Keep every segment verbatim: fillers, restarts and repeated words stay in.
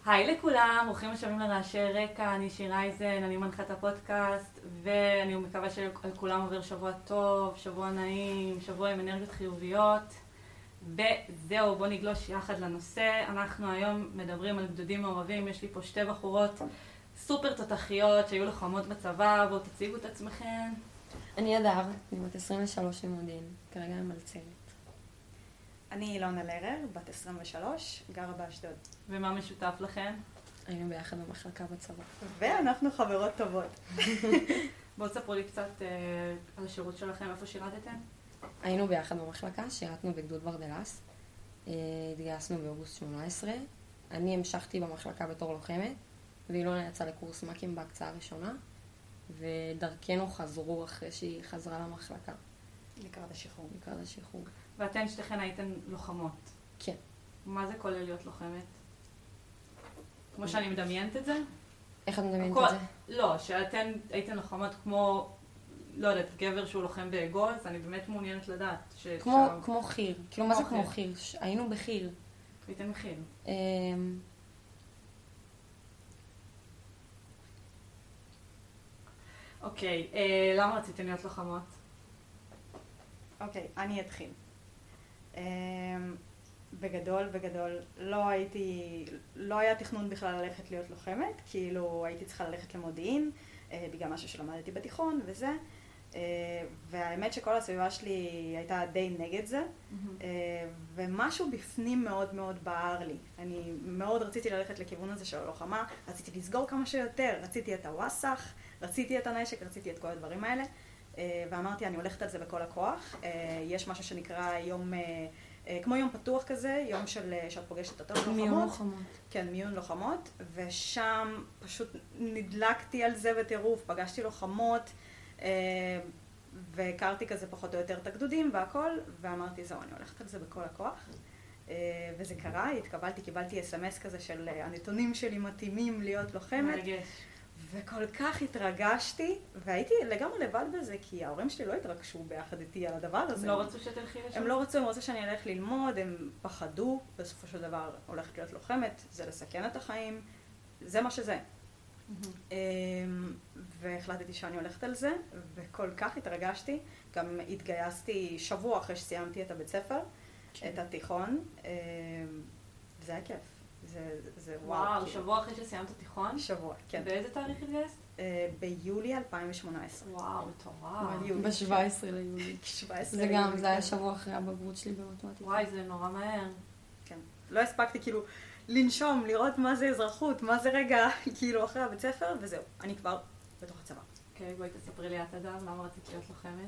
היי לכולם, ברוכים השבים לרעשי רקע, אני שירה אייזן, אני מנחת הפודקאסט, ואני מקווה שלכולם עובר שבוע טוב, שבוע נעים, שבוע עם אנרגיות חיוביות. וזהו, בואו נגלוש יחד לנושא. אנחנו היום מדברים על גדודים מעורבים, יש לי פה שתי בחורות סופר תותחיות שהיו לוחמות בצבא, בואו תציגו את עצמכם. אני אדר, אני בת עשרים ושלוש ממודיעין, כרגע אני מלצרת. אני אילונה לרר, בת עשרים ושלוש, גרה באשדוד. ומה משותף לכם? היינו ביחד במחלקה בצבא. ואנחנו חברות טובות. בואו תספרו לי קצת אה, על השירות שלכם, איפה שירתתם? היינו ביחד במחלקה, שירתנו בגדוד ברדלס. אה, התגייסנו באוגוסט שמונה עשרה. אני המשכתי במחלקה בתור לוחמת, ואילונה יצאה לקורס מקים בהקצאה הראשונה, ודרכנו חזרו אחרי שהיא חזרה למחלקה. לקראת השחרור. לקראת השחרור. ואתן שתיכן הייתן לוחמות. כן. מה זה כולל להיות לוחמת? כמו שאני מדמיינת את זה? איך את מדמיינת הכל, את זה? לא, שאתן הייתן לוחמות כמו, לא יודעת, גבר שהוא לוחם באגוז, אני באמת מעוניינת לדעת. ש... כמו, שם... כמו חיר. כאילו, מה זה כמו חיר? ש... היינו בחיר. הייתן מחיר. אה... אוקיי, אה, למה רציתן להיות לוחמות? אוקיי, אני אתחיל. אה, בגדול, בגדול, לא הייתי, לא היה תכנון בכלל ללכת להיות לוחמת, כאילו הייתי צריכה ללכת למודיעין, אה, בגלל משהו שלמדתי בתיכון וזה, אה, והאמת שכל הסביבה שלי הייתה די נגד זה, Mm-hmm. אה, ומשהו בפנים מאוד מאוד בער לי. אני מאוד רציתי ללכת לכיוון הזה של הלוחמה, רציתי לסגור כמה שיותר, רציתי את הווסח, רציתי את הנשק, רציתי את כל הדברים האלה, אה, ואמרתי, אני הולכת על זה בכל הכוח. אה, יש משהו שנקרא יום... אה, כמו יום פתוח כזה, יום של, שאת פוגשת את הלוחמות. מיון לוחמות. כן, מיון לוחמות, ושם פשוט נדלקתי על זה בטירוף, פגשתי לוחמות, והכרתי כזה פחות או יותר את הגדודים והכל, ואמרתי, זהו, אני הולכת על זה בכל הכוח. וזה קרה, התקבלתי, קיבלתי אס אם אס כזה של הנתונים שלי מתאימים להיות לוחמת. מרגש. וכל כך התרגשתי, והייתי לגמרי לבד בזה, כי ההורים שלי לא התרגשו ביחד איתי על הדבר הזה. הם לא רצו שתלכי לשם? הם לא רצו, הם רצו שאני אלך ללמוד, הם פחדו, בסופו של דבר הולכת להיות לוחמת, זה לסכן את החיים, זה מה שזה. Mm-hmm. והחלטתי שאני הולכת על זה, וכל כך התרגשתי, גם התגייסתי שבוע אחרי שסיימתי את הבית ספר, כן. את התיכון, וזה היה כיף. זה, זה וואו. וואו, שבוע אחרי שסיימת תיכון? שבוע, כן. באיזה תאריך התגייסת? ביולי אלפיים שמונה עשרה. וואו, מטורף. ב-שבעה עשר ליולי. שבעה עשרה זה גם, זה היה שבוע אחרי הבגרות שלי במתמטיקה. וואי, זה נורא מהר. כן. לא הספקתי כאילו לנשום, לראות מה זה אזרחות, מה זה רגע, כאילו אחרי הבית ספר, וזהו. אני כבר בתוך הצבא. אוקיי, בואי תספרי לי את אדם, למה רצית להיות לוחמת?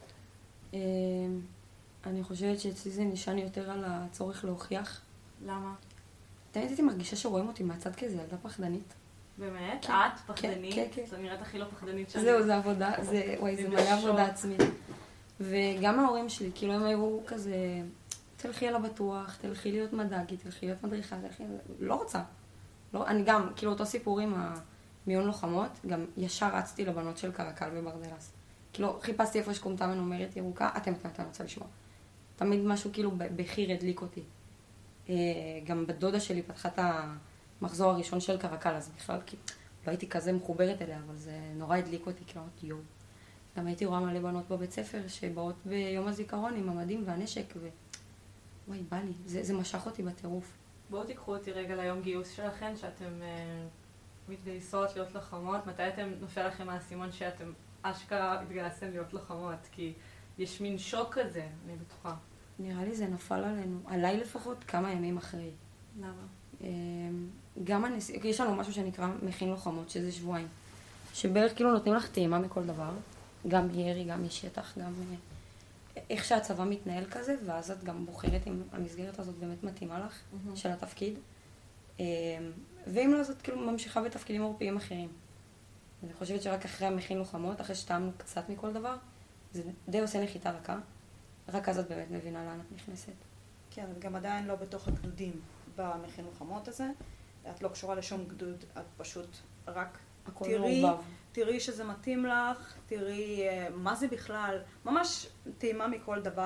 אני חושבת שאצלי זה נשען יותר על הצורך להוכיח. למה? תמיד הייתי מרגישה שרואים אותי מהצד כאיזה ילדה פחדנית. באמת? כן, את פחדנית? כן, כן. זאת נראית הכי לא פחדנית שאני... זהו, זה עבודה, זה, וואי, זה מלא עבודה עצמית. וגם ההורים שלי, כאילו הם היו כזה, תלכי על הבטוח, תלכי להיות מדעגית, תלכי להיות מדריכה, תלכי... לא רוצה. לא, אני גם, כאילו אותו סיפור עם המיון לוחמות, גם ישר רצתי לבנות של קרקל וברדלס. כאילו חיפשתי איפה שקומתה מנומרת ירוקה, אתם אתם אתם רוצה לשמוע. תמיד משהו כאילו בחיר הדליק אותי. גם בדודה שלי פתחה את המחזור הראשון של קרקל, אז בכלל כאילו לא הייתי כזה מחוברת אליה, אבל זה נורא הדליק אותי, כאילו אמרתי יום. גם הייתי רואה מלא בנות בבית ספר שבאות ביום הזיכרון עם המדים והנשק, ו... וואי, בא לי, זה, זה משך אותי בטירוף. בואו תיקחו אותי רגע ליום גיוס שלכם, שאתם אה, מתגייסות להיות לוחמות. מתי אתם נופל לכם האסימון שאתם אשכרה התגייסתם להיות לוחמות? כי יש מין שוק כזה, אני בטוחה. נראה לי זה נפל עלינו, עליי לפחות כמה ימים אחרי. למה? גם הנס... יש לנו משהו שנקרא מכין לוחמות, שזה שבועיים. שבערך כאילו נותנים לך טעימה מכל דבר, גם ירי, גם משטח, גם איך שהצבא מתנהל כזה, ואז את גם בוחרת אם המסגרת הזאת באמת מתאימה לך, mm-hmm. של התפקיד. ואם לא, אז את כאילו ממשיכה בתפקידים עורפיים אחרים. אני חושבת שרק אחרי המכין לוחמות, אחרי שטעמנו קצת מכל דבר, זה די עושה נחיתה רכה. רק אז את באמת מבינה לאן את נכנסת. כן, את גם עדיין לא בתוך הגדודים במכין לוחמות הזה. את לא קשורה לשום גדוד, את פשוט רק תראי, תראי שזה מתאים לך, תראי מה זה בכלל, ממש טעימה מכל דבר,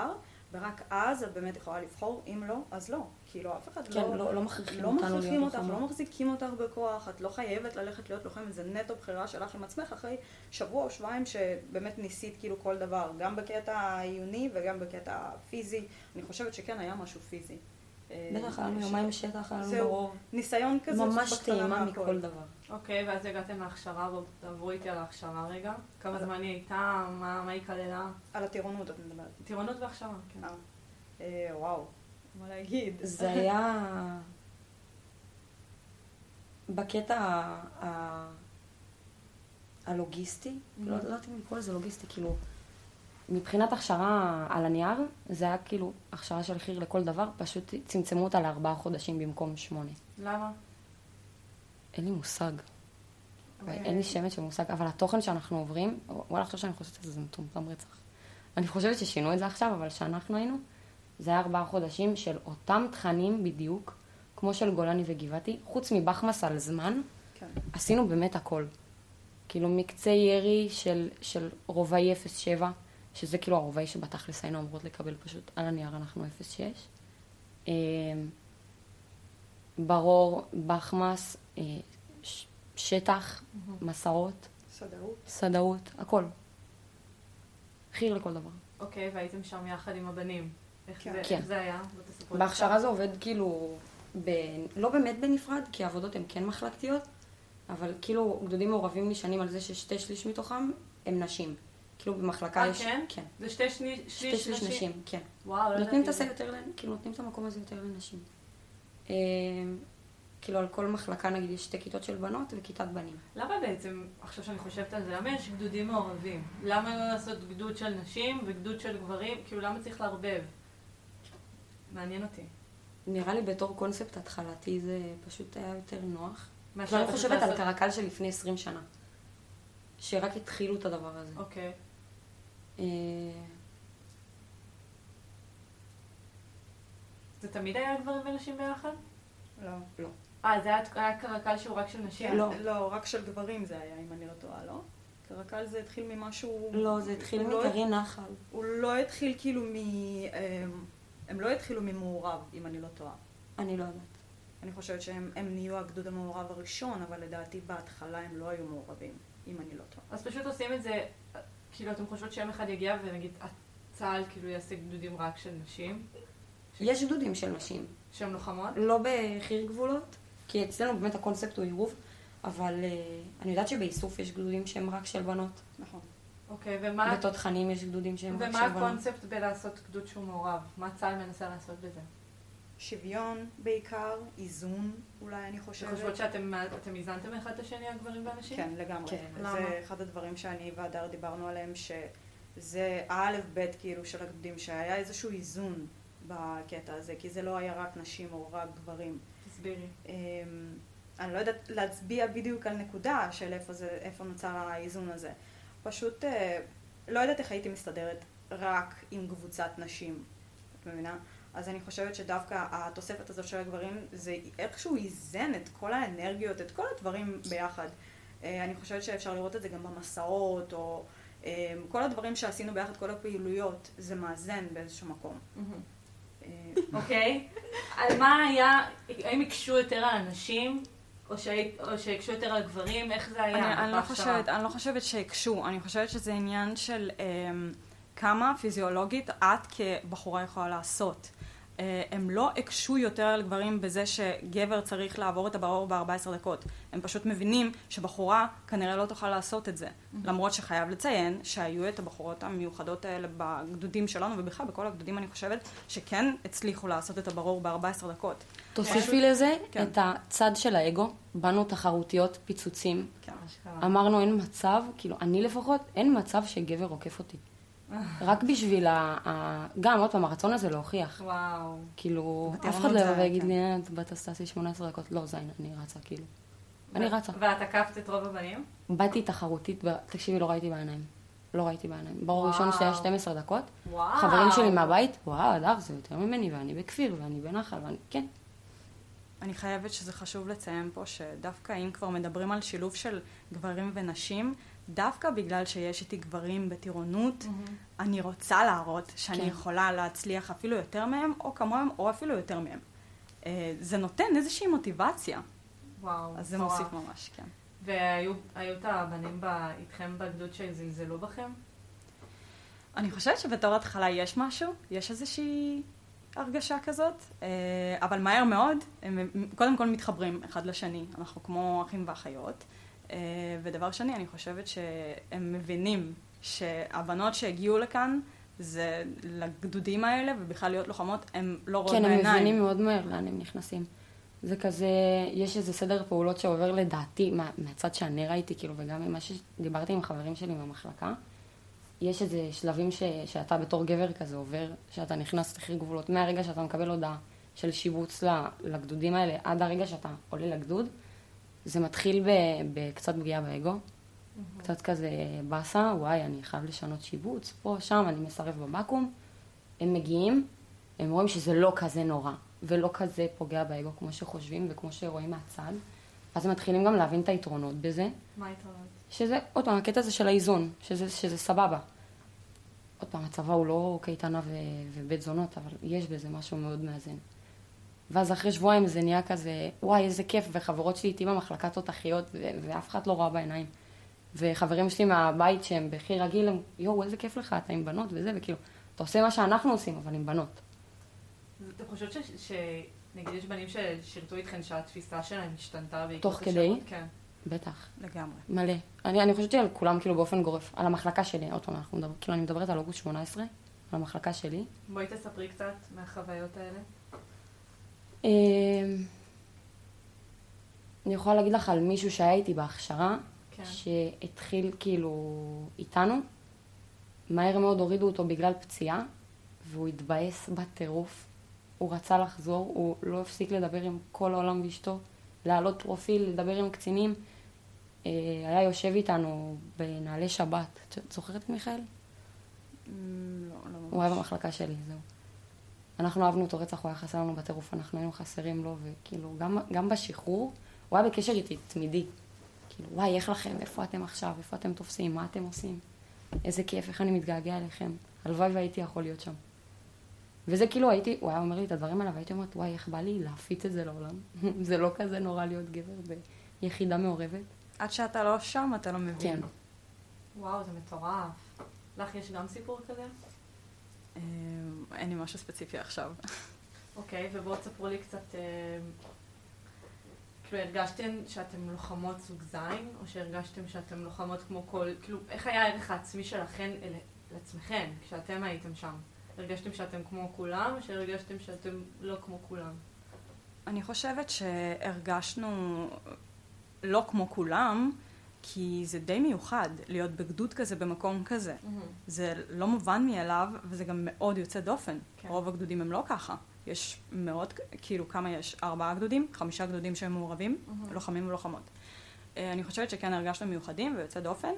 ורק אז את באמת יכולה לבחור, אם לא, אז לא. כאילו, אף אחד כן, לא... לא, לא מכריחים לא אותנו מכריחים להיות אותך, לוחמות. לא מחזיקים אותך בכוח, את לא חייבת ללכת להיות לוחמת, זה נטו בחירה שלך עם עצמך, אחרי שבוע או שבועיים שבאמת ניסית כאילו כל דבר, גם בקטע העיוני וגם בקטע פיזי. אני חושבת שכן היה משהו פיזי. בטח, היה לנו יומיים שטח, היה לנו זהו, ברור. ניסיון כזה ממש בקטנה טעימה מהכל. מכל דבר. אוקיי, ואז הגעתם להכשרה, בואו תעברו איתי על ההכשרה רגע. כמה זמן היא הייתה, מה מה היא כללה? על הטירונות את מדברת. טירונות והכשרה, כן. אה, אה, וואו, מה להגיד? זה היה בקטע ה- ה- הלוגיסטי, לא לא יודעת אם לקרוא לזה לוגיסטי, כאילו, מבחינת הכשרה על הנייר, זה היה כאילו הכשרה של חי"ר לכל דבר, פשוט צמצמו אותה לארבעה חודשים במקום שמונה. למה? אין לי מושג, אוקיי. אין לי שמץ של מושג, אבל התוכן שאנחנו עוברים, וואלה, עכשיו שאני חושבת על זה, זה מטומטם רצח. אני חושבת ששינו את זה עכשיו, אבל שאנחנו היינו, זה היה ארבעה חודשים של אותם תכנים בדיוק, כמו של גולני וגבעתי, חוץ מבחמס על זמן, כן. עשינו באמת הכל. כאילו מקצה ירי של, של רובעי אפס שבע, שזה כאילו הרובעי שבתכלס היינו אמורות לקבל פשוט על הנייר, אנחנו אפס שש. אה, ברור, בחמס, אה, ש- שטח, מסעות, סדרות. סדאות, הכל. חי"ר לכל דבר. אוקיי, והייתם שם יחד עם הבנים. איך כן. זה- כן. איך זה היה? בוא תספרו לי בהכשרה זה עובד כאילו, ב... לא באמת בנפרד, כי העבודות הן כן מחלקתיות, אבל כאילו גדודים מעורבים נשענים על זה ששתי שליש מתוכם הם נשים. כאילו במחלקה אה, יש... כן? כן. זה שתי שני- שתי שליש שליש נשים? נשים, כן. וואו, לא נותנים את ידעתי הסל יותר, לנ- כאילו נותנים את המקום הזה יותר לנשים. אה, כאילו על כל מחלקה נגיד יש שתי כיתות של בנות וכיתת בנים. למה בעצם, עכשיו שאני חושבת על זה, למה יש גדודים מעורבים? למה לא לעשות גדוד של נשים וגדוד של גברים? כאילו, למה צריך לערבב? מעניין אותי. נראה לי בתור קונספט התחלתי זה פשוט היה יותר נוח. מאשר ואני פשוט חושבת על לעשות- קרקל של לפני עשרים שנה. שרק התחילו את הדבר הזה. אוקיי. אה, זה תמיד היה גברים ונשים ביחד? לא. לא. אה, זה היה- היה קרקל שהוא רק של נשים? כן, לא. לא, רק של גברים זה היה, אם אני לא טועה, לא? קרקל זה התחיל ממשהו... לא, זה התחיל הוא לא- מקרי נחל. הוא לא התחיל כאילו מ... אמ, הם לא התחילו ממעורב, אם אני לא טועה. אני לא יודעת. אני חושבת שהם הם נהיו הגדוד המעורב הראשון, אבל לדעתי בהתחלה הם לא היו מעורבים, אם אני לא טועה. אז פשוט עושים את זה, כאילו, אתם חושבות שיום אחד יגיע ונגיד, צה"ל כאילו יעשה גדודים רק של נשים? יש גדודים של נשים. שהן לוחמות? לא בחי"ר גבולות, כי אצלנו באמת הקונספט הוא עירוב, אבל אה, אני יודעת שבאיסוף יש גדודים שהם רק של בנות. נכון. אוקיי, ומה... בתותחנים יש גדודים שהם רק ומה של בנות. הקונספט בלעשות גדוד שהוא מעורב? מה צה"ל מנסה לעשות בזה? שוויון בעיקר, איזון אולי אני אתם חושבת. חושבות שאתם אתם איזנתם אחד את השני, הגברים והנשים? כן, לגמרי. כן. למה? זה אחד הדברים שאני והדר דיברנו עליהם, שזה האלף בית כאילו של הגדודים, שהיה איזשהו איזון בקטע הזה, כי זה לא היה רק נשים או רק גברים. תסבירי. אמ, אני לא יודעת להצביע בדיוק על נקודה של איפה, זה, איפה נוצר האיזון הזה. פשוט אה, לא יודעת איך הייתי מסתדרת רק עם קבוצת נשים, את מבינה? אז אני חושבת שדווקא התוספת הזאת של הגברים, זה איכשהו איזן את כל האנרגיות, את כל הדברים ביחד. אה, אני חושבת שאפשר לראות את זה גם במסעות, או אה, כל הדברים שעשינו ביחד, כל הפעילויות, זה מאזן באיזשהו מקום. אה, אוקיי. על מה היה, האם הקשו יותר על הנשים, או שהיית- או שהקשו יותר על גברים? איך זה היה? אני, אני, לא בהכשרה? חושבת, אני לא חושבת שהקשו, אני חושבת שזה עניין של um, כמה פיזיולוגית את כבחורה יכולה לעשות. Uh, הם לא הקשו יותר על גברים בזה שגבר צריך לעבור את הברור ב-ארבע עשרה דקות. הם פשוט מבינים שבחורה כנראה לא תוכל לעשות את זה. למרות שחייב לציין שהיו את הבחורות המיוחדות האלה בגדודים שלנו, ובכלל בכל הגדודים אני חושבת שכן הצליחו לעשות את הברור ב-ארבע עשרה דקות. תוסיפי לזה כן. את הצד של האגו, באנו תחרותיות, פיצוצים. כן. אשכרה. אמרנו אין מצב, כאילו אני לפחות, אין מצב שגבר עוקף אותי. רק בשביל ה... ה- גם עוד פעם, הרצון הזה להוכיח. וואו. כאילו, אף בטירונות אחד לא זה- יבוא ויגיד כן. לי, "אה, את בת הסטסי שמונה עשרה דקות. לא, זין, אני רצה, כאילו. אני רצה. ואת עקפת את רוב הבנים? באתי תחרותית, ב- תקשיבי, לא ראיתי בעיניים. לא ראיתי בעיניים. ברור וואו. ראשון שהיה שתים עשרה דקות. וואו. חברים שלי מהבית, וואו, אדר, זה יותר ממני, ואני בכפיר, ואני בנחל, ואני... כן. אני חייבת שזה חשוב לציין פה שדווקא אם כבר מדברים על שילוב של גברים ונשים, דווקא בגלל שיש איתי גברים בטירונות, Mm-hmm. אני רוצה להראות שאני כן. יכולה להצליח אפילו יותר מהם, או כמוהם, או אפילו יותר מהם. אה, זה נותן איזושהי מוטיבציה. וואו, אז זה מטורף. מוסיף ממש, כן. והיו היו את הבנים ב- איתכם בגדוד שזלזלו בכם? אני חושבת שבתור התחלה יש משהו, יש איזושהי הרגשה כזאת, אה, אבל מהר מאוד, הם קודם כל מתחברים אחד לשני, אנחנו כמו אחים ואחיות, אה, ודבר שני, אני חושבת שהם מבינים שהבנות שהגיעו לכאן, זה לגדודים האלה, ובכלל להיות לוחמות, הם לא רואות כן, בעיניים. הם מבינים מאוד מהר לאן הם נכנסים. זה כזה, יש איזה סדר פעולות שעובר לדעתי, מה, מהצד שאני ראיתי, כאילו, וגם ממה שדיברתי עם החברים שלי מהמחלקה, יש איזה שלבים ש, שאתה בתור גבר כזה עובר, שאתה נכנס לתחיר גבולות, מהרגע שאתה מקבל הודעה של שיבוץ לגדודים האלה, עד הרגע שאתה עולה לגדוד, זה מתחיל ב, בקצת פגיעה באגו, mm-hmm. קצת כזה בסה, וואי, אני חייב לשנות שיבוץ, פה, שם, אני מסרב בבקום, הם מגיעים, הם רואים שזה לא כזה נורא, ולא כזה פוגע באגו כמו שחושבים וכמו שרואים מהצד, אז הם מתחילים גם להבין את היתרונות בזה. מה היתרונות? שזה, עוד פעם, הקטע הזה של האיזון, שזה, שזה סבבה. עוד פעם, הצבא הוא לא קייטנה ו, ובית זונות, אבל יש בזה משהו מאוד מאזן. ואז אחרי שבועיים זה נהיה כזה, וואי, איזה כיף, וחברות שלי איתי במחלקת תותחיות, ו- ואף אחד לא רואה בעיניים. וחברים שלי מהבית שהם בכי רגיל, הם, יואו, איזה כיף לך, אתה עם בנות וזה, וכאילו, אתה עושה מה שאנחנו עושים, אבל עם בנות. אתה חושבת ש... ש... נגיד יש בנים ששירתו איתכן שהתפיסה שלהם השתנתה בעקבות תוך כדי? כן. בטח. לגמרי. מלא. אני, אני חושבת על כולם כאילו באופן גורף, על המחלקה שלי, עוד פעם, אנחנו מדבר, כאילו אני מדברת על אוגוסט שמונה עשרה, על המחלקה שלי. בואי תספרי קצת מהחוויות האלה. אני יכולה להגיד לך על מישהו שהיה איתי בהכשרה, כן. שהתחיל כאילו איתנו, מהר מאוד הורידו אותו בגלל פציעה, והוא התבאס בטירוף. הוא רצה לחזור, הוא לא הפסיק לדבר עם כל העולם ואשתו, להעלות פרופיל, לדבר עם קצינים. היה יושב איתנו בנעלי שבת. את זוכרת את מיכאל? לא, לא ממש. הוא היה במחלקה שלי, זהו. אנחנו אהבנו אותו רצח, הוא היה חסר לנו בטירוף, אנחנו היינו חסרים לו, וכאילו, גם, גם בשחרור, הוא היה בקשר איתי תמידי. כאילו, וואי, איך לכם? איפה אתם עכשיו? איפה אתם תופסים? מה אתם עושים? איזה כיף, איך אני מתגעגע אליכם. הלוואי והייתי יכול להיות שם. וזה כאילו הייתי, הוא היה אומר לי את הדברים האלה, והייתי אומרת, וואי, איך בא לי להפיץ את זה לעולם. זה לא כזה נורא להיות גבר ביחידה מעורבת. עד שאתה לא שם, אתה לא מבין. כן. וואו, זה מטורף. לך יש גם סיפור כזה? אין לי משהו ספציפי עכשיו. אוקיי, ובואו תספרו לי קצת, כאילו, הרגשתם שאתם לוחמות סוג זין, או שהרגשתם שאתם לוחמות כמו כל, כאילו, איך היה הערך העצמי שלכם לעצמכם, כשאתם הייתם שם? הרגשתם שאתם כמו כולם, או שהרגשתם שאתם לא כמו כולם? אני חושבת שהרגשנו לא כמו כולם, כי זה די מיוחד להיות בגדוד כזה במקום כזה. Mm-hmm. זה לא מובן מאליו, וזה גם מאוד יוצא דופן. כן. רוב הגדודים הם לא ככה. יש מאוד, כאילו כמה יש? ארבעה גדודים, חמישה גדודים שהם מעורבים, mm-hmm. לוחמים ולוחמות. אני חושבת שכן הרגשנו מיוחדים ויוצא דופן.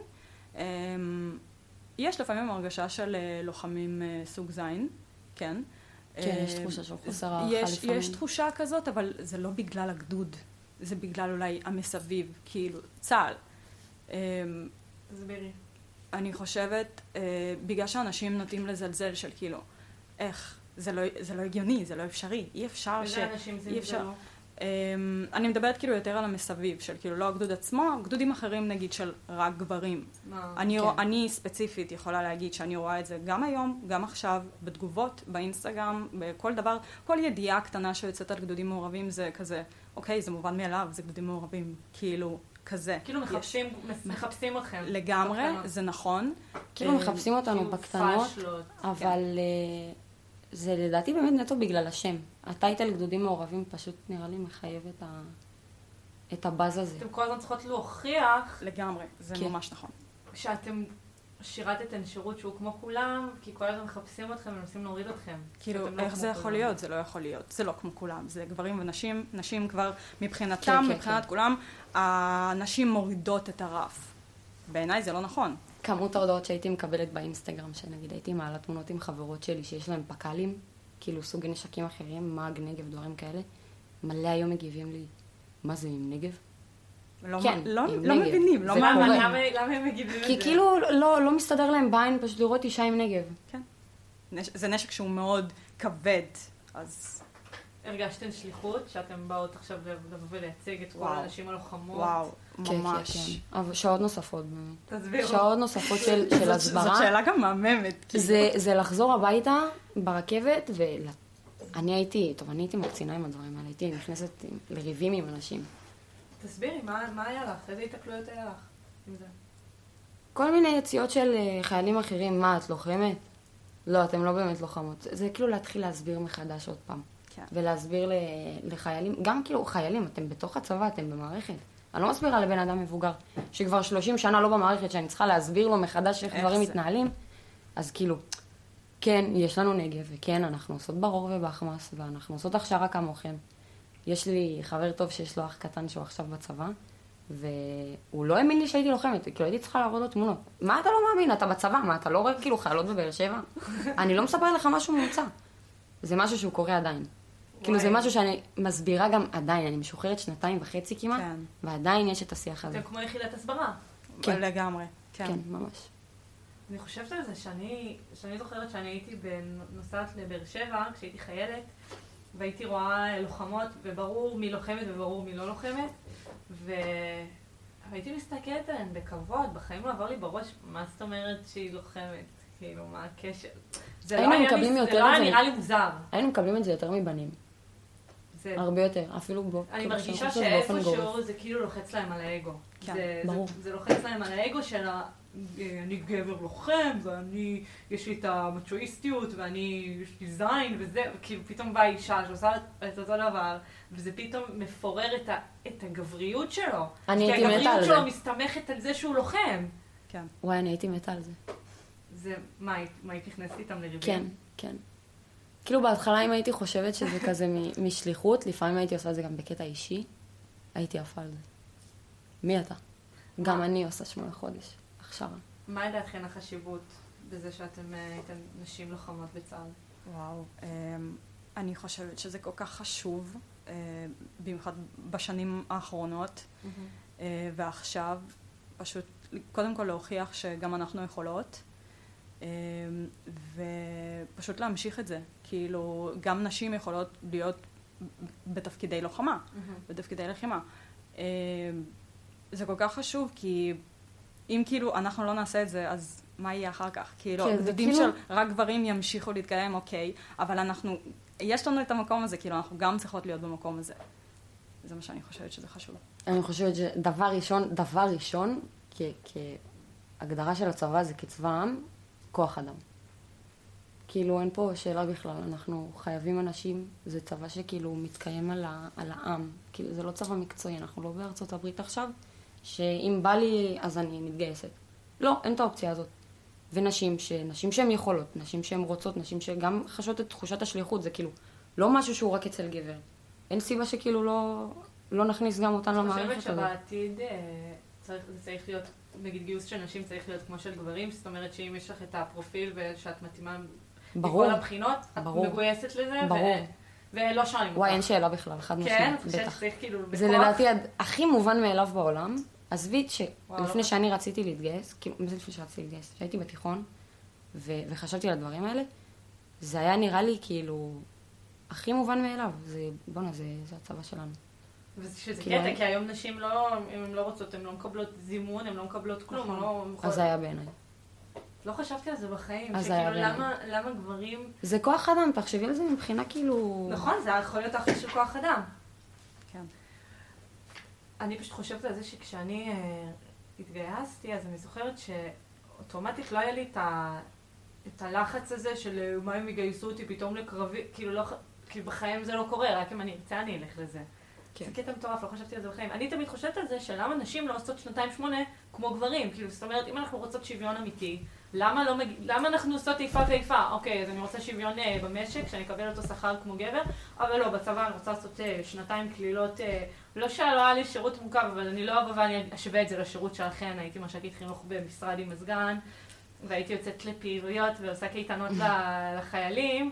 יש לפעמים הרגשה של לוחמים סוג זין, כן. כן, יש תחושה של חוסר הערכה לפעמים. יש תחושה כזאת, אבל זה לא בגלל הגדוד. זה בגלל אולי המסביב, כאילו, צה"ל. תסבירי. אני חושבת, בגלל שאנשים נוטים לזלזל של כאילו, איך, זה לא, זה לא הגיוני, זה לא אפשרי, אי אפשר ש... וזה אנשים זלזלו. אני מדברת כאילו יותר על המסביב, של כאילו לא הגדוד עצמו, גדודים אחרים נגיד של רק גברים. אני, כן. אני ספציפית יכולה להגיד שאני רואה את זה גם היום, גם עכשיו, בתגובות, באינסטגרם, בכל דבר, כל ידיעה קטנה שיוצאת על גדודים מעורבים זה כזה, אוקיי, זה מובן מאליו, זה גדודים מעורבים, כאילו, כזה. כאילו מחפשים, מחפשים אתכם. לגמרי, זה נכון. כאילו מחפשים אותנו בקטנות, אבל זה לדעתי באמת נטו בגלל השם. הטייטל גדודים מעורבים פשוט נראה לי מחייב את, ה... את הבאז הזה. אתם כל הזמן צריכות להוכיח... לגמרי, זה כן. ממש נכון. שאתם שירתתם שירות שהוא כמו כולם, כי כל הזמן מחפשים אתכם ומנסים להוריד אתכם. כאילו, איך לא זה יכול כולם. להיות? זה לא יכול להיות. זה לא כמו כולם. זה גברים ונשים. נשים כבר מבחינתם, כן, מבחינת כן, כולם, הנשים מורידות את הרף. בעיניי זה לא נכון. כמות ההודעות שהייתי מקבלת באינסטגרם, שנגיד הייתי מעלה תמונות עם חברות שלי שיש להם פקלים, כאילו סוגי נשקים אחרים, מאג, נגב, דברים כאלה, מלא היום מגיבים לי, מה זה עם נגב? לא מבינים, לא מאמינים. למה הם מגיבים את זה? כי כאילו לא מסתדר להם בעין פשוט לראות אישה עם נגב. כן. זה נשק שהוא מאוד כבד, אז... הרגשתם שליחות שאתם באות עכשיו לבוא ולייצג את כל האנשים הלוחמות? וואו, ממש. כן, כן. אבל שעות נוספות באמת. תסבירו. שעות נוספות של הסברה. זאת שאלה גם מהממת. זה לחזור הביתה ברכבת, ואני הייתי, טוב, אני הייתי מקצינה עם הדברים האלה, הייתי נכנסת לריבים עם אנשים. תסבירי, מה היה לך? איזה התקלויות היה לך עם זה? כל מיני יציאות של חיילים אחרים, מה, את לוחמת? לא, אתם לא באמת לוחמות. זה כאילו להתחיל להסביר מחדש עוד פעם. כן. ולהסביר לחיילים, גם כאילו חיילים, אתם בתוך הצבא, אתם במערכת. אני לא מסבירה לבן אדם מבוגר, שכבר שלושים שנה לא במערכת, שאני צריכה להסביר לו מחדש איך דברים מתנהלים. אז כאילו, כן, יש לנו נגב, וכן, אנחנו עושות ברור ובחמאס, ואנחנו עושות הכשרה כמוכם. יש לי חבר טוב שיש לו אח קטן שהוא עכשיו בצבא, והוא לא האמין לי שהייתי לוחמת, כאילו הייתי צריכה להראות לו תמונות. מה אתה לא מאמין? אתה בצבא, מה אתה לא רואה כאילו חיילות בבאר שבע? אני לא מספר לך משהו מומצא. זה משהו שהוא קורה עדיין. כאילו זה משהו שאני מסבירה גם עדיין, אני משוחררת שנתיים וחצי כמעט, ועדיין יש את השיח הזה. אתם כמו יחידת הסברה. כן. לגמרי. כן, ממש. אני חושבת על זה שאני, שאני זוכרת שאני הייתי נוסעת לבאר שבע, כשהייתי חיילת, והייתי רואה לוחמות, וברור מי לוחמת וברור מי לא לוחמת, והייתי מסתכלת עליהן בכבוד, בחיים לא עבר לי בראש, מה זאת אומרת שהיא לוחמת? כאילו, מה הקשר? זה לא היה נראה לי מוזר. היינו מקבלים את זה יותר מבנים. הרבה יותר, אפילו בו. אני מרגישה שאיפשהו זה כאילו לוחץ להם על האגו. זה לוחץ להם על האגו של אני גבר לוחם, ואני, יש לי את המצ'ואיסטיות, ואני, יש לי זין, וזה, כאילו פתאום באה אישה שעושה את אותו דבר, וזה פתאום מפורר את הגבריות שלו. אני הייתי מתה על זה. כי הגבריות שלו מסתמכת על זה שהוא לוחם. כן. וואי, אני הייתי מתה על זה. זה, מה, היית נכנסת איתם לריבים? כן, כן. כאילו בהתחלה אם הייתי חושבת שזה כזה משליחות, לפעמים הייתי עושה את זה גם בקטע אישי, הייתי עפה על זה. מי אתה? גם אני עושה שמונה חודש, הכשרה. מה לדעתכן החשיבות בזה שאתם הייתם נשים לוחמות בצה"ל? וואו, אני חושבת שזה כל כך חשוב, במיוחד בשנים האחרונות, ועכשיו פשוט קודם כל להוכיח שגם אנחנו יכולות, ופשוט להמשיך את זה. כאילו, גם נשים יכולות להיות בתפקידי לוחמה, בתפקידי לחימה. זה כל כך חשוב, כי אם כאילו אנחנו לא נעשה את זה, אז מה יהיה אחר כך? כאילו, יודעים של רק גברים ימשיכו להתקדם, אוקיי, אבל אנחנו, יש לנו את המקום הזה, כאילו, אנחנו גם צריכות להיות במקום הזה. זה מה שאני חושבת שזה חשוב. אני חושבת שדבר ראשון, דבר ראשון, כהגדרה של הצבא זה כצבא עם, כוח אדם. כאילו אין פה שאלה בכלל, אנחנו חייבים אנשים, זה צבא שכאילו מתקיים על, ה, על העם, כאילו זה לא צבא מקצועי, אנחנו לא בארצות הברית עכשיו, שאם בא לי אז אני מתגייסת. לא, אין את האופציה הזאת. ונשים, נשים שהן יכולות, נשים שהן רוצות, נשים שגם חשות את תחושת השליחות, זה כאילו לא משהו שהוא רק אצל גבר. אין סיבה שכאילו לא, לא נכניס גם אותן למערכת הזאת. אני חושבת שבעתיד צריך, זה צריך להיות, נגיד גיוס של נשים צריך להיות כמו של גברים, זאת אומרת שאם יש לך את הפרופיל ושאת מתאימה ברור. בכל הבחינות, ברור. את מגויסת לזה, ברור. ו... ולא שואלים אותך. וואי, אין שאלה בכלל, חד משמעית, כן, חושבת שצריך כאילו בכוח. זה לדעתי הכי מובן מאליו בעולם. עזבי שלפני שאני רציתי להתגייס, כאילו, מה זה לפני שרציתי להתגייס? שהייתי בתיכון, ו... וחשבתי על הדברים האלה, זה היה נראה לי כאילו הכי מובן מאליו. זה, בוא'נה, זה, זה הצבא שלנו. וזה קטע, כי היום נשים לא, אם הן לא רוצות, הן לא מקבלות זימון, הן לא מקבלות כלום, לא... אז זה היה בעיניי. לא חשבתי על זה בחיים, אז היה בעיניי. למה, למה גברים... זה כוח אדם, תחשבי על זה מבחינה כאילו... נכון, זה יכול להיות אחרי של כוח אדם. כן. אני פשוט חושבת על זה שכשאני התגייסתי, אז אני זוכרת שאוטומטית לא היה לי את הלחץ הזה של מה הם יגייסו אותי פתאום לקרבי, כאילו לא... כי בחיים זה לא קורה, רק אם אני ארצה אני אלך לזה. כן. זה קטע מטורף, לא חשבתי על זה בחיים. אני תמיד חושבת על זה שלמה נשים לא עושות שנתיים שמונה כמו גברים. כאילו, זאת אומרת, אם אנחנו רוצות שוויון אמיתי, למה, לא מג... למה אנחנו עושות איפה ואיפה? אוקיי, אז אני רוצה שוויון uh, במשק, שאני אקבל אותו שכר כמו גבר, אבל לא, בצבא אני רוצה לעשות uh, שנתיים כלילות, uh, לא שלא היה לי שירות מורכב, אבל אני לא אבוא ואני אשווה את זה לשירות שלכן. הייתי מש"קית חינוך במשרד עם מזגן, והייתי יוצאת לפעילויות ועושה קייטנות לחיילים.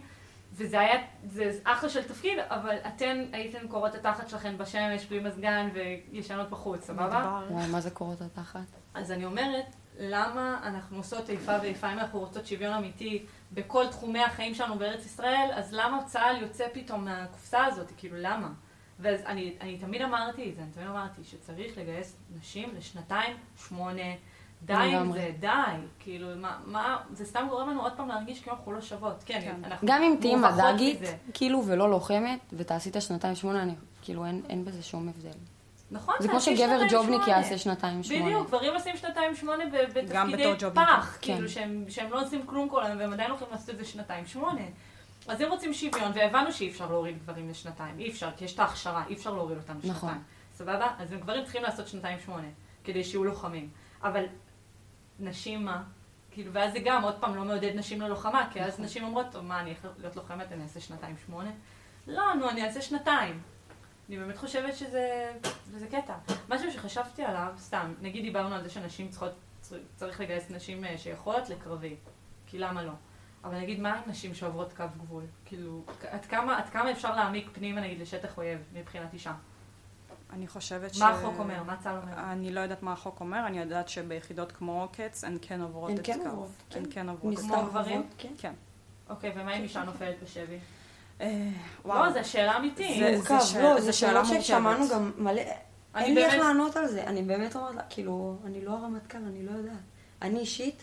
וזה היה, זה אחלה של תפקיד, אבל אתן הייתן קורות התחת שלכן בשמש, בלי מזגן וישנות בחוץ, סבבה? וואי, מה זה קורות התחת? אז אני אומרת, למה אנחנו עושות איפה ואיפה, אם אנחנו רוצות שוויון אמיתי בכל תחומי החיים שלנו בארץ ישראל, אז למה צה"ל יוצא פתאום מהקופסה הזאת? כאילו, למה? ואז אני, אני תמיד אמרתי את זה, אני תמיד אמרתי שצריך לגייס נשים לשנתיים, שמונה, די עם זה, די. כאילו, מה, מה, זה סתם גורם לנו עוד פעם להרגיש כאילו אנחנו לא שוות. כן, כן. אנחנו גם אם תהיי מורחקות מדגית, מזה. כאילו, ולא לוחמת, ותעשי את השנתיים שמונה, אני, כאילו, אין, אין בזה שום הבדל. נכון, זה כמו תעשי שגבר שנתיים ג'ובניק שמונה. יעשה שנתיים שמונה. בדיוק, גברים עושים שנתיים שמונה ב- גם בתפקידי בתור ג'ובניקים. פח, כן. כאילו שהם, שהם לא עושים כלום כל היום, והם עדיין הולכים לעשות את זה שנתיים שמונה. אז אם רוצים שוויון, והבנו שאי אפשר להוריד גברים לשנתיים, אי אפשר, כי יש את ההכשרה, אי אפשר להוריד אותם לשנתיים. נכון. סבבה? אז הם גברים צריכים לעשות שנתיים שמונה, כדי שיהיו לוחמים. אבל נשים מה? כאילו, ואז זה גם עוד פעם לא מעודד נשים ללוחמה, כי אז נשים אומרות, טוב, מה, אני הולכת להיות לוחמת, אני אעשה שנתיים שמונה? לא, נו, אני אעשה שנתיים. אני באמת חושבת שזה, שזה קטע. משהו שחשבתי עליו, סתם, נגיד דיברנו על זה שנשים צריכות, צריך לגייס נשים שיכולות לקרבי, כי למה לא? אבל נגיד, מה עם נשים שעוברות קו גבול? כאילו, עד כמה, עד כמה אפשר להעמיק פנימה, נגיד, לשטח אויב, מבחינת אישה? אני חושבת ש... מה החוק אומר? מה צה"ל אומר? אני לא יודעת מה החוק אומר, אני יודעת שביחידות כמו עוקץ הן כן עוברות הן את כן קו. עוברות, הן כן. כן עוברות את כמו קו. גברים? כן. כן. אוקיי, ומה אם אישה נופלת בשבי? אה, לא, וואו. זו שאלה אמיתית. זה- מורכב, ש- לא, זה זה שאלה שאלות מורכבת. ששמענו גם מלא... אני אין לי איך באמת- לענות על זה. אני באמת אומרת לה, כאילו, אני לא הרמטכ"ל, אני לא יודעת. אני אישית,